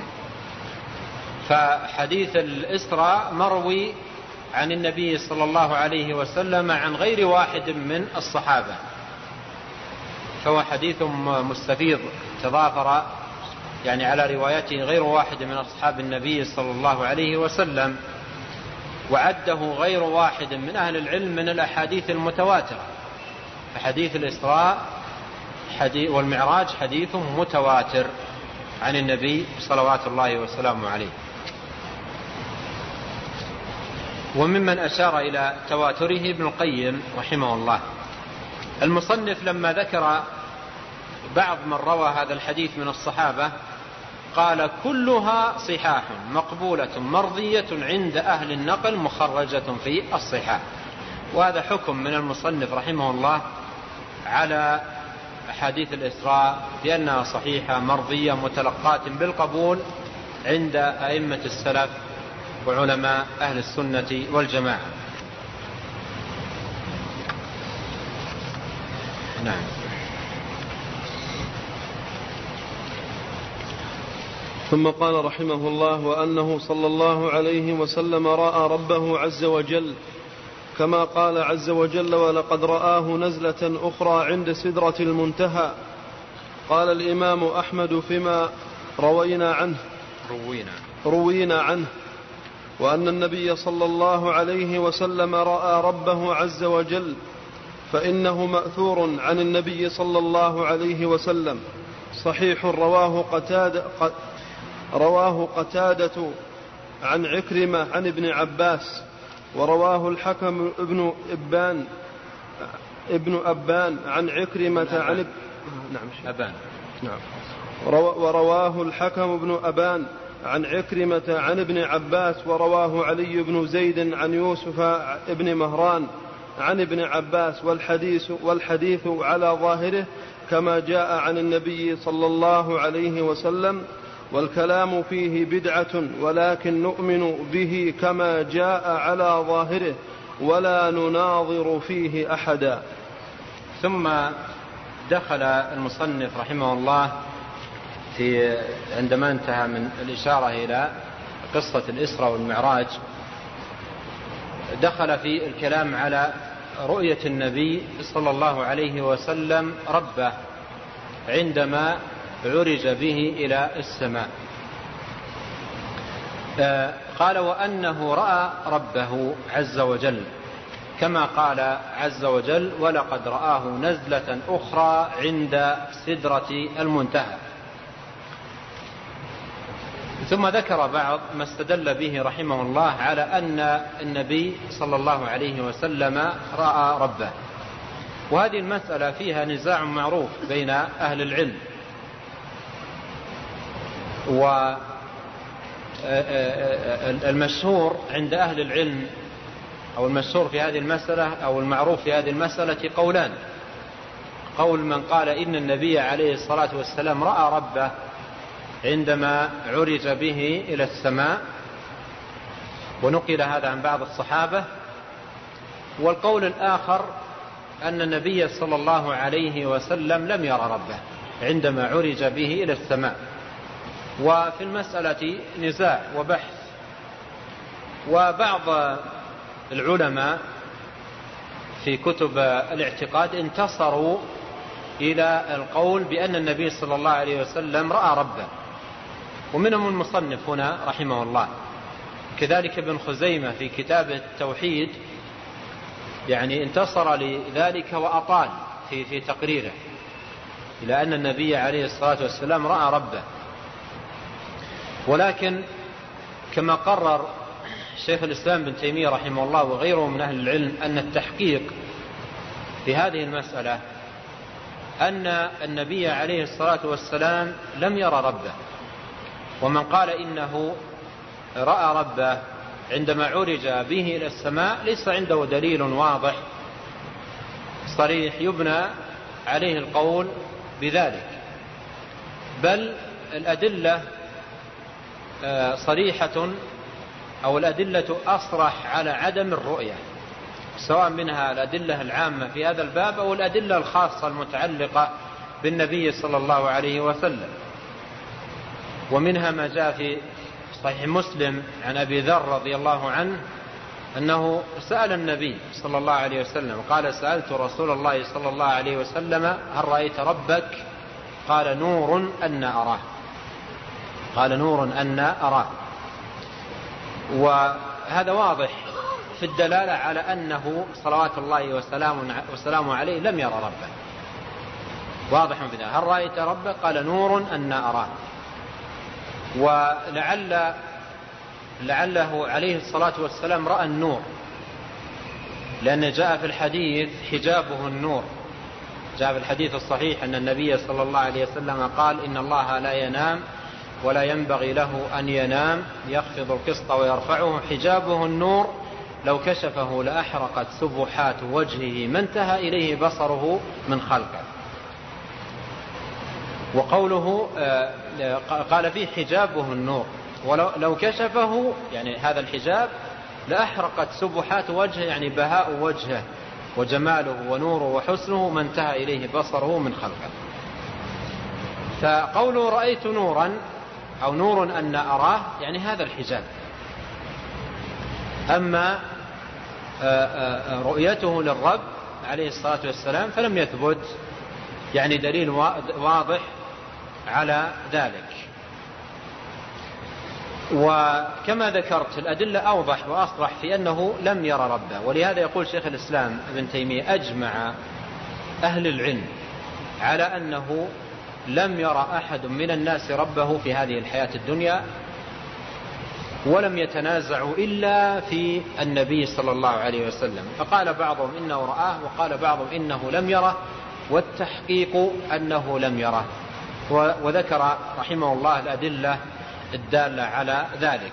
فحديث الإسراء مروي عن النبي صلى الله عليه وسلم عن غير واحد من الصحابة، فهو حديث مستفيض تضافر يعني على روايته غير واحد من أصحاب النبي صلى الله عليه وسلم، وعده غير واحد من أهل العلم من الأحاديث المتواترة. فحديث الإسراء والمعراج حديث متواتر عن النبي صلوات الله وسلامه عليه. وممن أشار إلى تواتره ابن القيم رحمه الله. المصنف لما ذكر بعض من روى هذا الحديث من الصحابة قال كلها صحاح مقبولة مرضية عند أهل النقل مخرجة في الصحاح. وهذا حكم من المصنف رحمه الله على أحاديث الإسراء بأنها صحيحة مرضية متلقاة بالقبول عند أئمة السلف وعلماء أهل السنة والجماعة. نعم. ثم قال رحمه الله: وأنه صلى الله عليه وسلم رأى ربه عز وجل كما قال عز وجل: ولقد رآه نزلة أخرى عند سدرة المنتهى. قال الإمام أحمد فيما روينا عنه وأن النبي صلى الله عليه وسلم رأى ربه عز وجل، فإنه مأثور عن النبي صلى الله عليه وسلم صحيح رواه قتادة عن عكرمة عن ابن عباس، ورواه الحكم ابن أبان عن عكرمة عن ورواه الحكم بن أبان عن عكرمة عن ابن عباس، ورواه علي بن زيد عن يوسف ابن مهران عن ابن عباس، والحديث على ظاهره كما جاء عن النبي صلى الله عليه وسلم، والكلام فيه بدعة، ولكن نؤمن به كما جاء على ظاهره ولا نناظر فيه أحدا. ثم دخل المصنف رحمه الله عندما انتهى من الإشارة إلى قصة الإسراء والمعراج دخل في الكلام على رؤية النبي صلى الله عليه وسلم ربه عندما عرج به إلى السماء. قال: وأنه رأى ربه عز وجل كما قال عز وجل: ولقد رآه نزلة أخرى عند سدرة المنتهى. ثم ذكر بعض ما استدل به رحمه الله على أن النبي صلى الله عليه وسلم رأى ربه. وهذه المسألة فيها نزاع معروف بين أهل العلم، والمشهور عند أهل العلم أو المشهور في هذه المسألة أو المعروف في هذه المسألة قولان: قول من قال إن النبي عليه الصلاة والسلام رأى ربه عندما عرج به إلى السماء، ونقل هذا عن بعض الصحابة. والقول الآخر أن النبي صلى الله عليه وسلم لم يرى ربه عندما عرج به إلى السماء. وفي المسألة نزاع وبحث. وبعض العلماء في كتب الاعتقاد انتصروا إلى القول بأن النبي صلى الله عليه وسلم رأى ربه، ومنهم المصنف هنا رحمه الله. كذلك ابن خزيمة في كتاب التوحيد يعني انتصر لذلك وأطال في تقريره إلى أن النبي عليه الصلاة والسلام رأى ربه. ولكن كما قرر شيخ الإسلام بن تيمية رحمه الله وغيره من أهل العلم أن التحقيق في هذه المسألة أن النبي عليه الصلاة والسلام لم يرى ربه. ومن قال إنه رأى ربه عندما عرج به إلى السماء ليس عنده دليل واضح صريح يبنى عليه القول بذلك، بل الأدلة صريحة أو الأدلة أصرح على عدم الرؤية، سواء منها الأدلة العامة في هذا الباب أو الأدلة الخاصة المتعلقة بالنبي صلى الله عليه وسلم. ومنها ما جاء في صحيح مسلم عن أبي ذر رضي الله عنه أنه سأل النبي صلى الله عليه وسلم قال: سألت رسول الله صلى الله عليه وسلم: هل رأيت ربك؟ قال: نور أن أراه. قال: نور أن أراه. وهذا واضح في الدلالة على أنه صلوات الله وسلامه عليه لم يرى ربه، واضح في ذلك. هل رأيت ربك؟ قال: نور أن أراه. ولعل لعله عليه الصلاة والسلام رأى النور، لأن جاء في الحديث حجابه النور. جاء في الحديث الصحيح أن النبي صلى الله عليه وسلم قال: إن الله لا ينام ولا ينبغي له أن ينام، يخفض القسط ويرفعه، حجابه النور، لو كشفه لأحرقت سبحات وجهه ما انتهى إليه بصره من خلقه. وقوله قال فيه حجابه النور، ولو كشفه يعني هذا الحجاب لأحرقت سبحات وجهه، يعني بهاء وجهه وجماله ونوره وحسنه ما انتهى إليه بصره من خلقه. فقوله رأيت نورا أو نور أن أراه يعني هذا الحجاب. أما رؤيته للرب عليه الصلاة والسلام فلم يثبت يعني دليل واضح على ذلك. وكما ذكرت الأدلة أوضح وأصرح في أنه لم يرى ربه، ولهذا يقول شيخ الإسلام ابن تيمية: أجمع أهل العلم على أنه لم يرى أحد من الناس ربه في هذه الحياة الدنيا، ولم يتنازعوا إلا في النبي صلى الله عليه وسلم. فقال بعضهم إنه رآه، وقال بعضهم إنه لم يره، والتحقيق أنه لم يره. وذكر رحمه الله الأدلة الدالة على ذلك.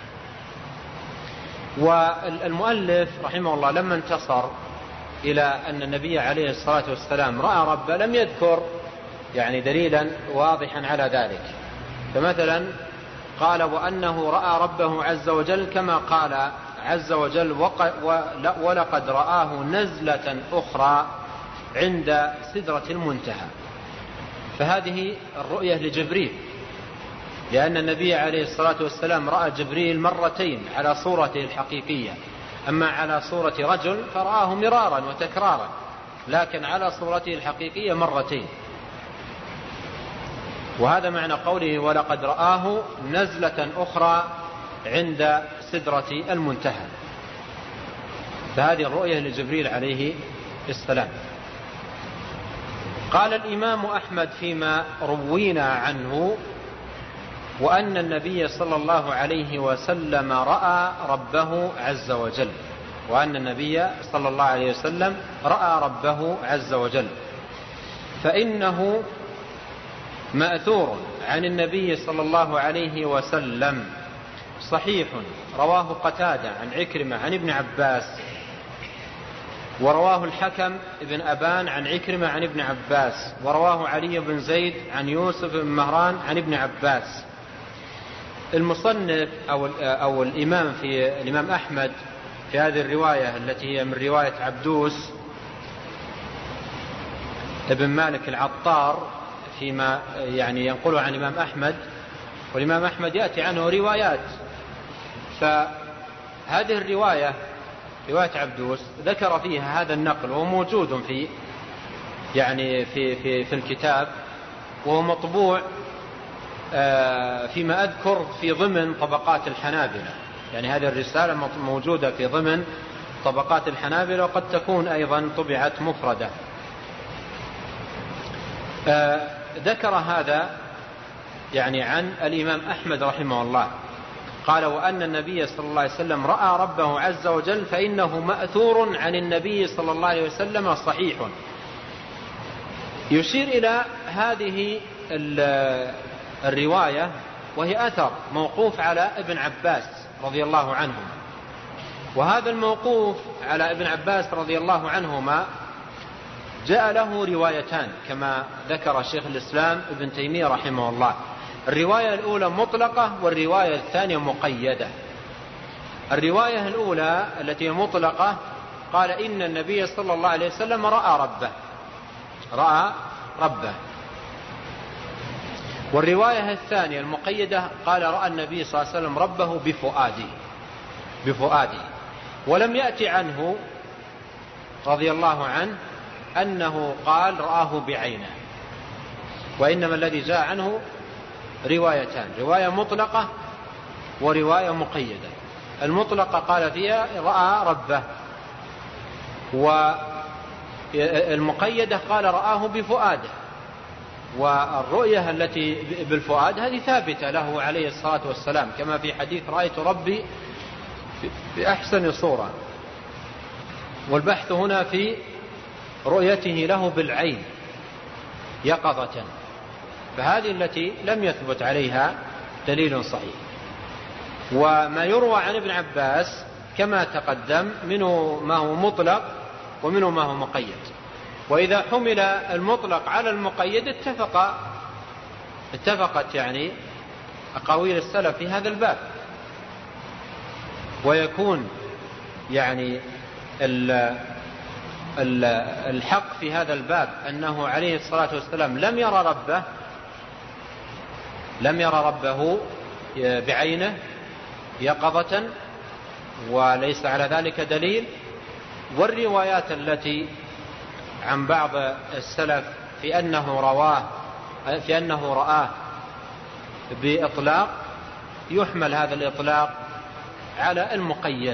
والمؤلف رحمه الله لما انتصر إلى أن النبي عليه الصلاة والسلام رأى ربه لم يذكر يعني دليلا واضحا على ذلك. فمثلا قال: وأنه رأى ربه عز وجل كما قال عز وجل: ولقد رآه نزلة أخرى عند سدرة المنتهى. فهذه الرؤية لجبريل، لأن النبي عليه الصلاة والسلام رأى جبريل مرتين على صورته الحقيقية، أما على صورة رجل فرآه مرارا وتكرارا، لكن على صورته الحقيقية مرتين. وهذا معنى قوله: ولقد رآه نزلة أخرى عند سدرة المنتهى. فهذه الرؤية لجبريل عليه السلام. قال الإمام أحمد فيما روينا عنه: وأن النبي صلى الله عليه وسلم رأى ربه عز وجل. وأن النبي صلى الله عليه وسلم رأى ربه عز وجل، فإنه مأثور عن النبي صلى الله عليه وسلم صحيح، رواه قتادة عن عكرمة عن ابن عباس، ورواه الحكم ابن أبان عن عكرمة عن ابن عباس، ورواه علي بن زيد عن يوسف بن مهران عن ابن عباس. المصنف أو الإمام أحمد في هذه الرواية التي هي من رواية عبدوس ابن مالك العطار فيما يعني ينقله عن الإمام أحمد، والإمام أحمد يأتي عنه روايات. فهذه الرواية رواية عبدوس ذكر فيها هذا النقل، وهو موجود في يعني في الكتاب، وهو مطبوع فيما أذكر في ضمن طبقات الحنابلة. يعني هذه الرسالة موجودة في ضمن طبقات الحنابلة، وقد تكون أيضا طبعت مفردة. ذكر هذا يعني عن الإمام أحمد رحمه الله، قال: وأن النبي صلى الله عليه وسلم رأى ربه عز وجل، فإنه مأثور عن النبي صلى الله عليه وسلم صحيح. يشير إلى هذه الرواية، وهي أثر موقوف على ابن عباس رضي الله عنهما. وهذا الموقوف على ابن عباس رضي الله عنهما جاء له روايتان كما ذكر شيخ الإسلام ابن تيمية رحمه الله. الرواية الأولى مطلقة، والرواية الثانية مقيدة. الرواية الأولى التي مطلقة قال: إن النبي صلى الله عليه وسلم رأى ربه. والرواية الثانية المقيدة قال: رأى النبي صلى الله عليه وسلم ربه بفؤاده. ولم يأتي عنه رضي الله عنه أنه قال رآه بعينه، وإنما الذي جاء عنه روايتان: رواية مطلقة ورواية مقيدة. المطلقة قال فيها رأى ربه، والمقيدة قال رآه بفؤاده. والرؤية التي بالفؤاد هذه ثابتة له عليه الصلاة والسلام، كما في حديث رأيت ربي في أحسن صورة. والبحث هنا في رؤيته له بالعين يقظة، فهذه التي لم يثبت عليها دليل صحيح. وما يروى عن ابن عباس كما تقدم منه ما هو مطلق ومنه ما هو مقيد، وإذا حمل المطلق على المقيد اتفقت يعني أقاويل السلف في هذا الباب، ويكون يعني الحق في هذا الباب أنه عليه الصلاة والسلام لم يرى ربه بعينه يقظة، وليس على ذلك دليل. والروايات التي عن بعض السلف في أنه رآه بإطلاق يحمل هذا الإطلاق على المقيد.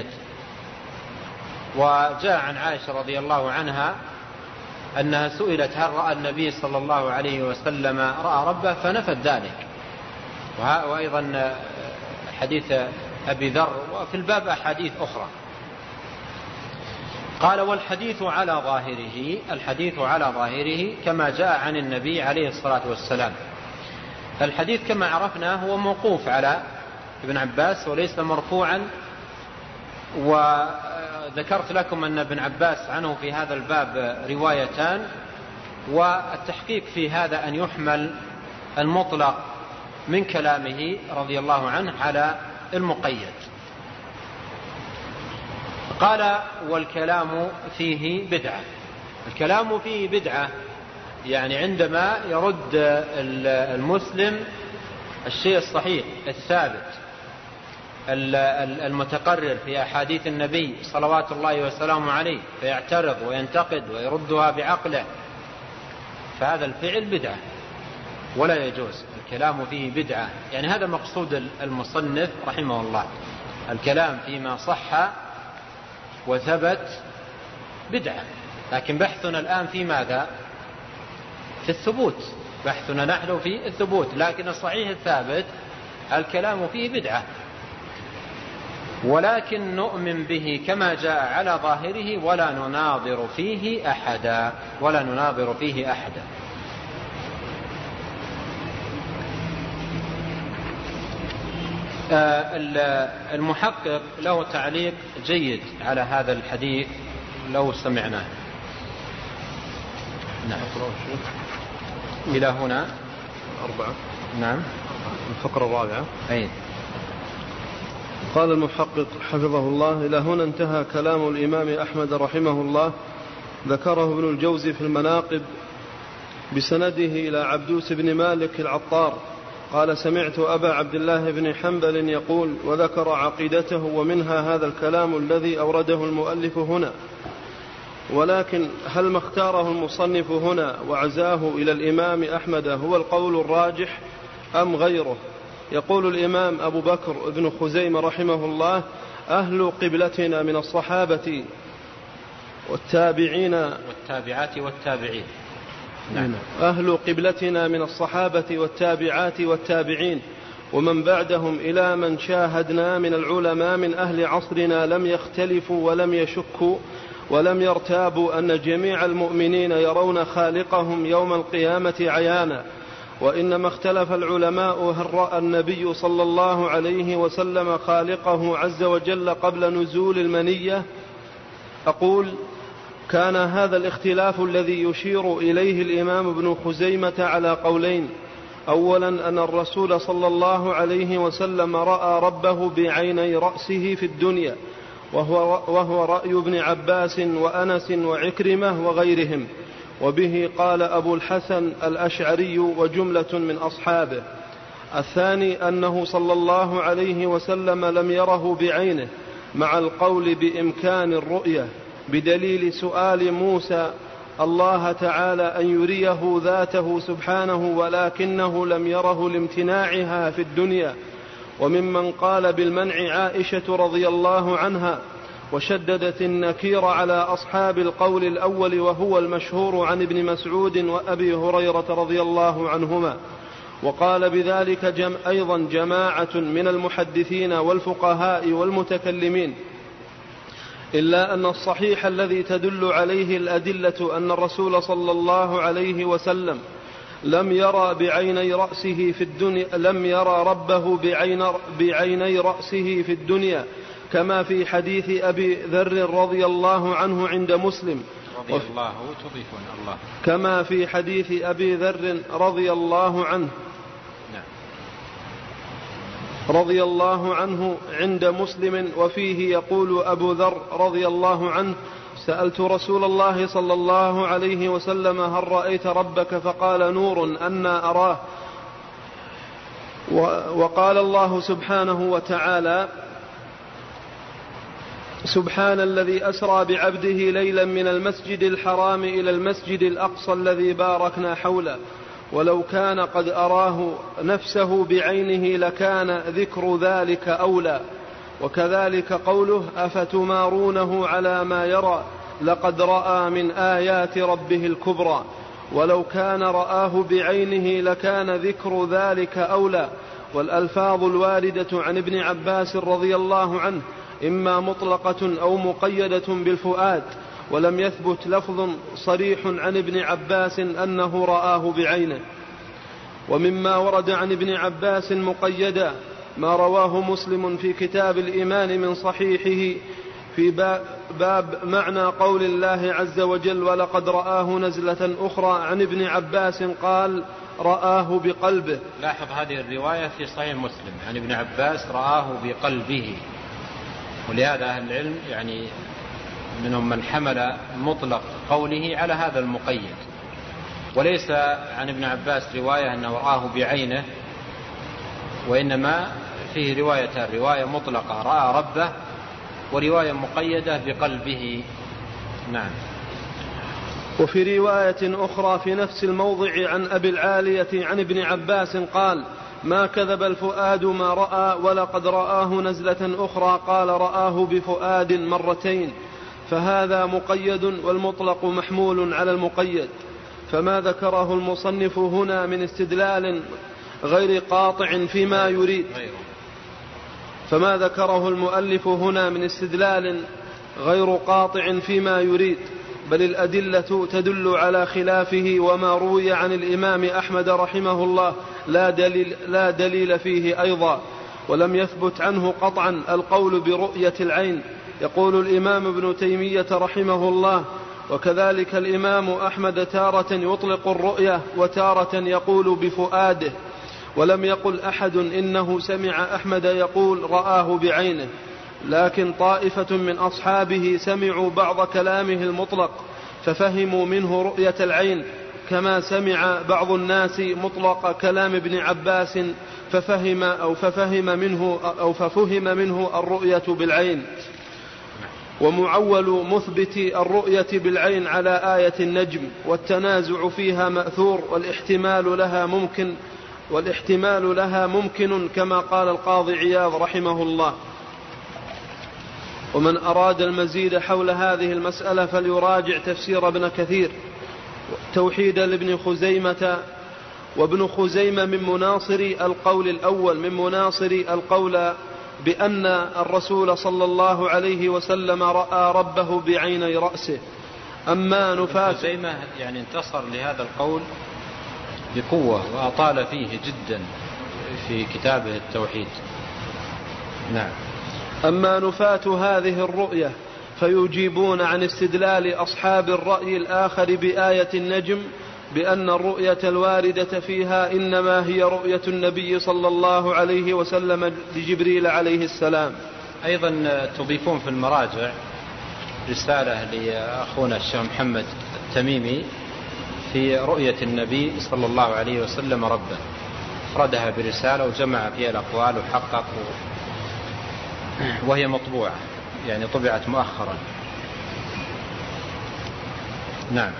وجاء عن عائشة رضي الله عنها أنها سئلت هل رأى النبي صلى الله عليه وسلم رأى ربه فنفت ذلك. وأيضا حديث أبي ذر، وفي الباب أحاديث أخرى. قال والحديث على ظاهره كما جاء عن النبي عليه الصلاة والسلام. الحديث كما عرفنا هو موقوف على ابن عباس وليس مرفوعا، وذكرت لكم أن ابن عباس عنه في هذا الباب روايتان، والتحقيق في هذا أن يحمل المطلق من كلامه رضي الله عنه على المقيد. قال والكلام فيه بدعة. الكلام فيه بدعة يعني عندما يرد المسلم الشيء الصحيح الثابت المتقرر في أحاديث النبي صلوات الله وسلامه عليه، فيعترض وينتقد ويردها بعقله، فهذا الفعل بدعة ولا يجوز. الكلام فيه بدعة، يعني هذا مقصود المصنف رحمه الله، الكلام فيما صح وثبت بدعة. لكن بحثنا الآن في ماذا؟ في الثبوت، بحثنا نحن في الثبوت، لكن الصحيح الثابت الكلام فيه بدعة، ولكن نؤمن به كما جاء على ظاهره ولا نناظر فيه أحدا. المحقق له تعليق جيد على هذا الحديث لو سمعناه. نعم. إلى هنا 4. نعم. الفقرة 4. أي. قال المحقق حفظه الله: إلى هنا انتهى كلام الإمام أحمد رحمه الله، ذكره ابن الجوزي في المناقب بسنده إلى عبدوس بن مالك العطار قال: سمعت أبا عبد الله بن حنبل يقول، وذكر عقيدته، ومنها هذا الكلام الذي أورده المؤلف هنا. ولكن هل ما اختاره المصنف هنا وعزاه إلى الإمام أحمد هو القول الراجح أم غيره؟ يقول الإمام أبو بكر بن خزيمة رحمه الله: أهل قبلتنا من الصحابة والتابعات والتابعين. نعم. أهل قبلتنا من الصحابة والتابعات والتابعين ومن بعدهم إلى من شاهدنا من العلماء من أهل عصرنا لم يختلفوا ولم يشكوا ولم يرتابوا أن جميع المؤمنين يرون خالقهم يوم القيامة عيانا، وإنما اختلف العلماء هل رأى النبي صلى الله عليه وسلم خالقه عز وجل قبل نزول المنية. أقول: كان هذا الاختلاف الذي يشير إليه الإمام ابن خزيمة على قولين: أولا أن الرسول صلى الله عليه وسلم رأى ربه بعيني رأسه في الدنيا، وهو رأي ابن عباس وأنس وعكرمة وغيرهم، وبه قال أبو الحسن الأشعري وجملة من أصحابه. الثاني أنه صلى الله عليه وسلم لم يره بعينه، مع القول بإمكان الرؤية بدليل سؤال موسى الله تعالى أن يريه ذاته سبحانه، ولكنه لم يره لامتناعها في الدنيا. وممن قال بالمنع عائشة رضي الله عنها، وشددت النكير على أصحاب القول الأول وهو المشهور عن ابن مسعود وأبي هريرة رضي الله عنهما. وقال بذلك أيضا جماعة من المحدثين والفقهاء والمتكلمين، إلا أن الصحيح الذي تدل عليه الأدلة أن الرسول صلى الله عليه وسلم لم يرى ربه بعيني رأسه في الدنيا، كما في حديث أبي ذر رضي الله عنه عند مسلم، كما في حديث أبي ذر رضي الله عنه عند مسلم، وفيه يقول أبو ذر رضي الله عنه: سألت رسول الله صلى الله عليه وسلم: هل رأيت ربك؟ فقال: نور أنا أراه. وقال الله سبحانه وتعالى: سبحان الذي أسرى بعبده ليلا من المسجد الحرام إلى المسجد الأقصى الذي باركنا حوله، ولو كان قد أراه نفسه بعينه لكان ذكر ذلك أولى. وكذلك قوله: أفتمارونه على ما يرى لقد رأى من آيات ربه الكبرى، ولو كان رآه بعينه لكان ذكر ذلك أولى. والألفاظ الواردة عن ابن عباس رضي الله عنه إما مطلقة أو مقيدة بالفؤاد، ولم يثبت لفظ صريح عن ابن عباس أنه رآه بعينه. ومما ورد عن ابن عباس مقيدا ما رواه مسلم في كتاب الإيمان من صحيحه في باب معنى قول الله عز وجل: ولقد رآه نزلة أخرى، عن ابن عباس قال: رآه بقلبه. لاحظ هذه الرواية في صحيح مسلم عن ابن عباس: رآه بقلبه. ولهذا أهل العلم يعني منهم من حمل مطلق قوله على هذا المقيد، وليس عن ابن عباس رواية أنه رآه بعينه، وإنما فيه روايتان: رواية مطلقة رأى ربه، ورواية مقيدة بقلبه. نعم. وفي رواية أخرى في نفس الموضع عن أبي العالية عن ابن عباس قال: ما كذب الفؤاد ما رأى، ولقد رآه نزلة أخرى قال: رآه بفؤاد مرتين. فهذا مقيد، والمطلق محمول على المقيد. فما ذكره المصنف هنا من استدلال غير قاطع فيما يريد، فما ذكره المؤلف هنا من استدلال غير قاطع فيما يريد، بل الأدلة تدل على خلافه. وما روي عن الإمام أحمد رحمه الله لا دليل فيه أيضا، ولم يثبت عنه قطعا القول برؤية العين. يقول الإمام ابن تيمية رحمه الله: وكذلك الإمام أحمد تارة يطلق الرؤية وتارة يقول بفؤاده، ولم يقل أحد إنه سمع أحمد يقول رآه بعينه، لكن طائفة من أصحابه سمعوا بعض كلامه المطلق ففهموا منه رؤية العين، كما سمع بعض الناس مطلق كلام ابن عباس ففهم منه الرؤية بالعين. ومعول مثبت الرؤية بالعين على آية النجم، والتنازع فيها مأثور، والاحتمال لها ممكن كما قال القاضي عياض رحمه الله. ومن أراد المزيد حول هذه المسألة فليراجع تفسير ابن كثير توحيد لابن خزيمة. وابن خزيمة من مناصري القول الأول، من مناصري القول بأن الرسول صلى الله عليه وسلم رأى ربه بعيني رأسه. أما نفاة خزيمة يعني انتصر لهذا القول بقوة وأطال فيه جدا في كتابه التوحيد. نعم. أما نفاة هذه الرؤية فيجيبون عن استدلال أصحاب الرأي الآخر بآية النجم بأن الرؤية الواردة فيها إنما هي رؤية النبي صلى الله عليه وسلم لجبريل عليه السلام. أيضا تضيفون في المراجع رسالة لأخونا الشيخ محمد التميمي في رؤية النبي صلى الله عليه وسلم ربه، أفردها برسالة وجمع فيها الأقوال وحقق، وهي مطبوعة يعني طبعت مؤخرا. نعم.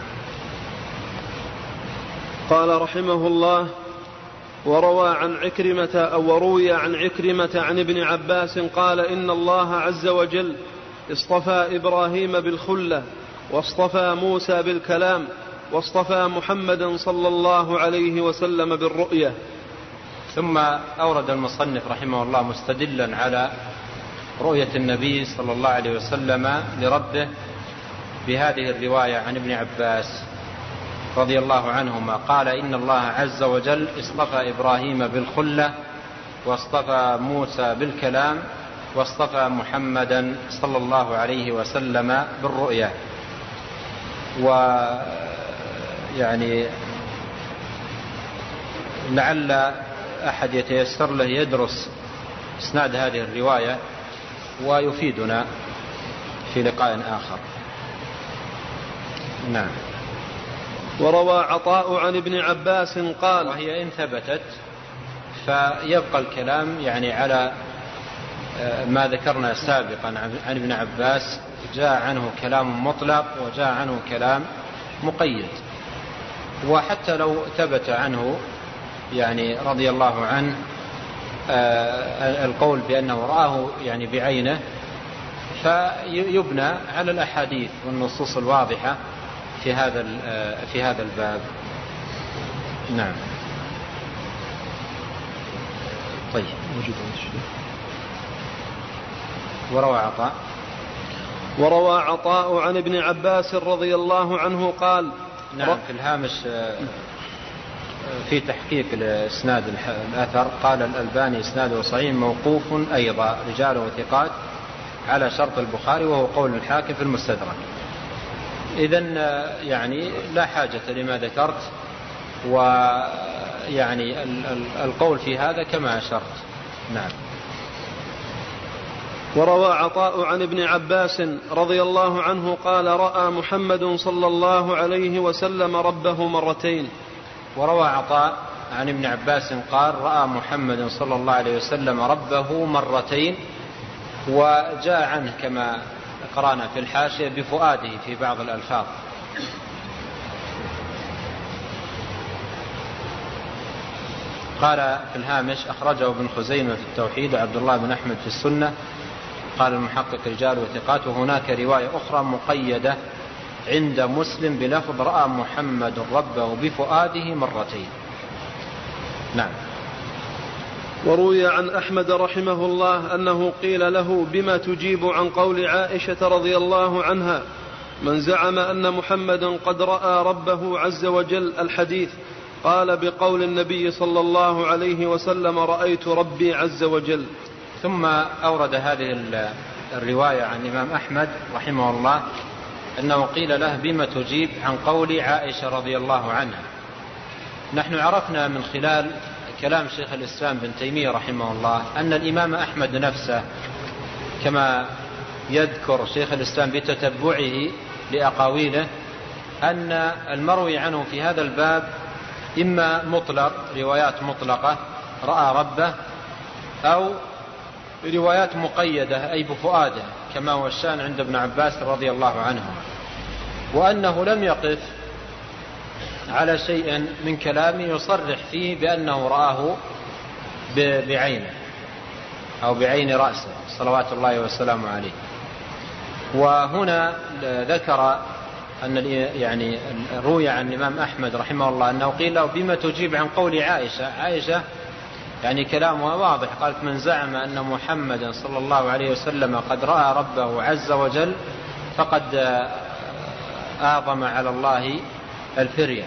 قال رحمه الله: وروي عن عكرمة عن ابن عباس قال: إن الله عز وجل اصطفى إبراهيم بالخلة، واصطفى موسى بالكلام، واصطفى محمدا صلى الله عليه وسلم بالرؤية. ثم أورد المصنف رحمه الله مستدلا على رؤية النبي صلى الله عليه وسلم لربه بهذه الرواية عن ابن عباس رضي الله عنهما قال: إن الله عز وجل اصطفى إبراهيم بالخلة، واصطفى موسى بالكلام، واصطفى محمدا صلى الله عليه وسلم بالرؤية. ويعني لعل أحد يتيسر له يدرس إسناد هذه الرواية ويفيدنا في لقاء آخر. نعم. وروى عطاء عن ابن عباس قال: وهي إن ثبتت فيبقى الكلام يعني على ما ذكرنا سابقا عن ابن عباس، جاء عنه كلام مطلق وجاء عنه كلام مقيد. وحتى لو ثبت عنه يعني رضي الله عنه القول بأنه رآه يعني بعينه، فيبنى على الأحاديث والنصوص الواضحة في هذا الباب. نعم. طيب. وروى عطاء عن ابن عباس رضي الله عنه قال: نعم. في الهامش في تحقيق الإسناد الأثر قال الألباني: إسناده صحيح موقوف أيضا، رجاله ثقات على شرط البخاري، وهو قول الحاكم في المستدرك. إذن يعني لا حاجة لما ذكرت، ويعني القول في هذا كما أشرت. نعم. وروى عطاء عن ابن عباس رضي الله عنه قال: رأى محمد صلى الله عليه وسلم ربه مرتين. وروى عطاء عن ابن عباس قال: رأى محمد صلى الله عليه وسلم ربه مرتين. وجاء عنه كما قرأنا في الحاشية بفؤاده في بعض الألفاظ. قال في الهامش: أخرجه ابن خزيمة في التوحيد وعبد الله بن أحمد في السنة. قال المحقق: رجال وثقات. وهناك رواية أخرى مقيدة عند مسلم بلفظ: رأى محمد ربه بفؤاده مرتين. نعم. وروي عن أحمد رحمه الله أنه قيل له: بما تجيب عن قول عائشة رضي الله عنها: من زعم أن محمدا قد رأى ربه عز وجل الحديث؟ قال: بقول النبي صلى الله عليه وسلم: رأيت ربي عز وجل. ثم أورد هذه الرواية عن الإمام أحمد رحمه الله أنه قيل له: بما تجيب عن قول عائشة رضي الله عنها. نحن عرفنا من خلال كلام شيخ الإسلام بن تيمية رحمه الله أن الإمام أحمد نفسه كما يذكر شيخ الإسلام بتتبعه لأقاويله أن المروي عنه في هذا الباب إما مطلق، روايات مطلقة رأى ربه، أو روايات مقيدة أي بفؤاده كما هو الشأن عند ابن عباس رضي الله عنه، وأنه لم يقف على شيء من كلامه يصرح فيه بأنه رآه بعينه أو بعين رأسه صلوات الله وسلامه عليه. وهنا ذكر أن يعني روي عن الإمام أحمد رحمه الله أنه قيل له: بما تجيب عن قول عائشة يعني كلامها واضح، قالت: من زعم أن محمدا صلى الله عليه وسلم قد رأى ربه عز وجل فقد أعظم على الله الفرية.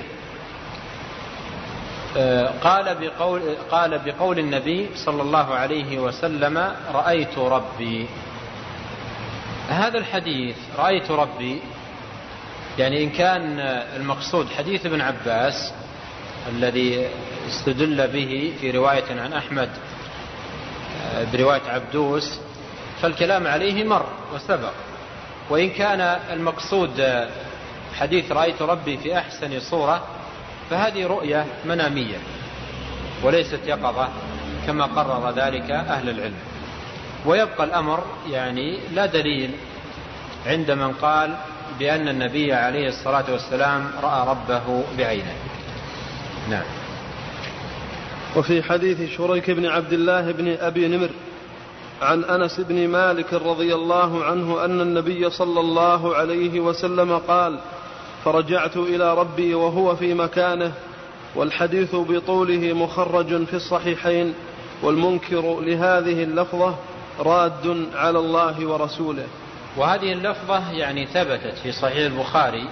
قال بقول النبي صلى الله عليه وسلم: رأيت ربي. هذا الحديث رأيت ربي يعني إن كان المقصود حديث ابن عباس الذي استدل به في رواية عن أحمد برواية عبدوس فالكلام عليه مر وسبق، وإن كان المقصود حديث رأيت ربي في أحسن صورة فهذه رؤية منامية وليست يقظة كما قرر ذلك أهل العلم. ويبقى الأمر يعني لا دليل عند من قال بأن النبي عليه الصلاة والسلام رأى ربه بعينه. نعم. وفي حديث شريك بن عبد الله بن أبي نمر عن أنس بن مالك رضي الله عنه أن النبي صلى الله عليه وسلم قال: فرجعت إلى ربي وهو في مكانه. والحديث بطوله مخرج في الصحيحين، والمنكر لهذه اللفظة راد على الله ورسوله. وهذه اللفظة يعني ثبتت في صحيح البخاري: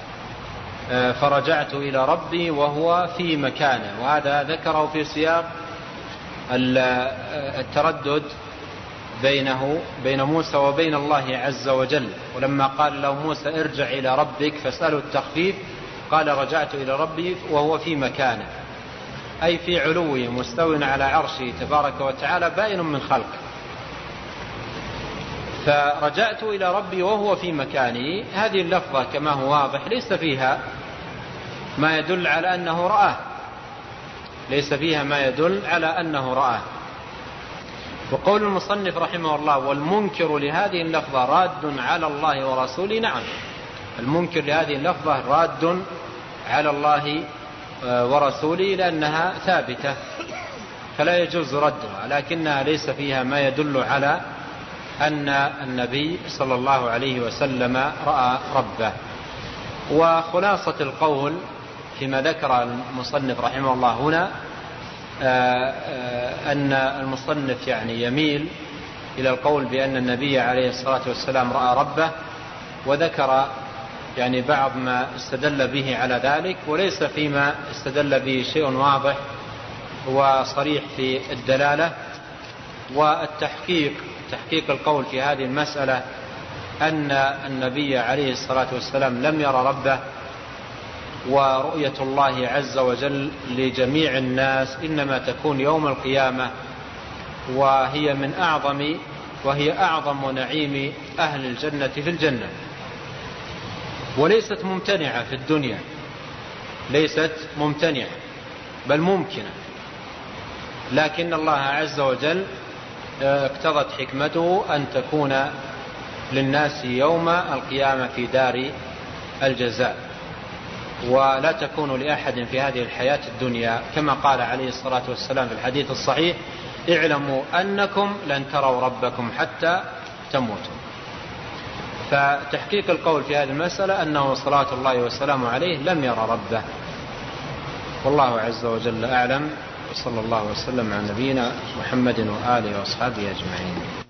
فرجعت إلى ربي وهو في مكانه، وهذا ذكره في سياق التردد بين موسى وبين الله عز وجل. ولما قال له موسى: ارجع إلى ربك فاسأله التخفيف، قال: رجعت إلى ربي وهو في مكانه، أي في علوه مستو على عرشه تبارك وتعالى بائن من خلقه. فرجعت إلى ربي وهو في مكانه، هذه اللفظة كما هو واضح ليس فيها ما يدل على أنه رآه، ليس فيها ما يدل على أنه رآه. وقول المصنف رحمه الله: والمنكر لهذه اللفظة راد على الله ورسوله. نعم، المنكر لهذه اللفظة راد على الله ورسوله لأنها ثابتة فلا يجوز ردها، لكنها ليس فيها ما يدل على أن النبي صلى الله عليه وسلم رأى ربه. وخلاصة القول فيما ذكر المصنف رحمه الله هنا أن المصنف يعني يميل إلى القول بأن النبي عليه الصلاة والسلام رأى ربه، وذكر يعني بعض ما استدل به على ذلك، وليس فيما استدل به شيء واضح وصريح في الدلالة. والتحقيق تحقيق القول في هذه المسألة أن النبي عليه الصلاة والسلام لم يرى ربه، ورؤية الله عز وجل لجميع الناس إنما تكون يوم القيامة، وهي أعظم نعيم أهل الجنة في الجنة، وليست ممتنعة في الدنيا، ليست ممتنعة بل ممكنة، لكن الله عز وجل اقتضت حكمته أن تكون للناس يوم القيامة في دار الجزاء، ولا تكون لأحد في هذه الحياة الدنيا، كما قال عليه الصلاة والسلام في الحديث الصحيح: اعلموا أنكم لن تروا ربكم حتى تموتوا. فتحقيق القول في هذه المسألة أنه صلاة الله وسلامه عليه لم يرى ربه، والله عز وجل أعلم، وصلى الله وسلم على نبينا محمد وآله وأصحابه أجمعين.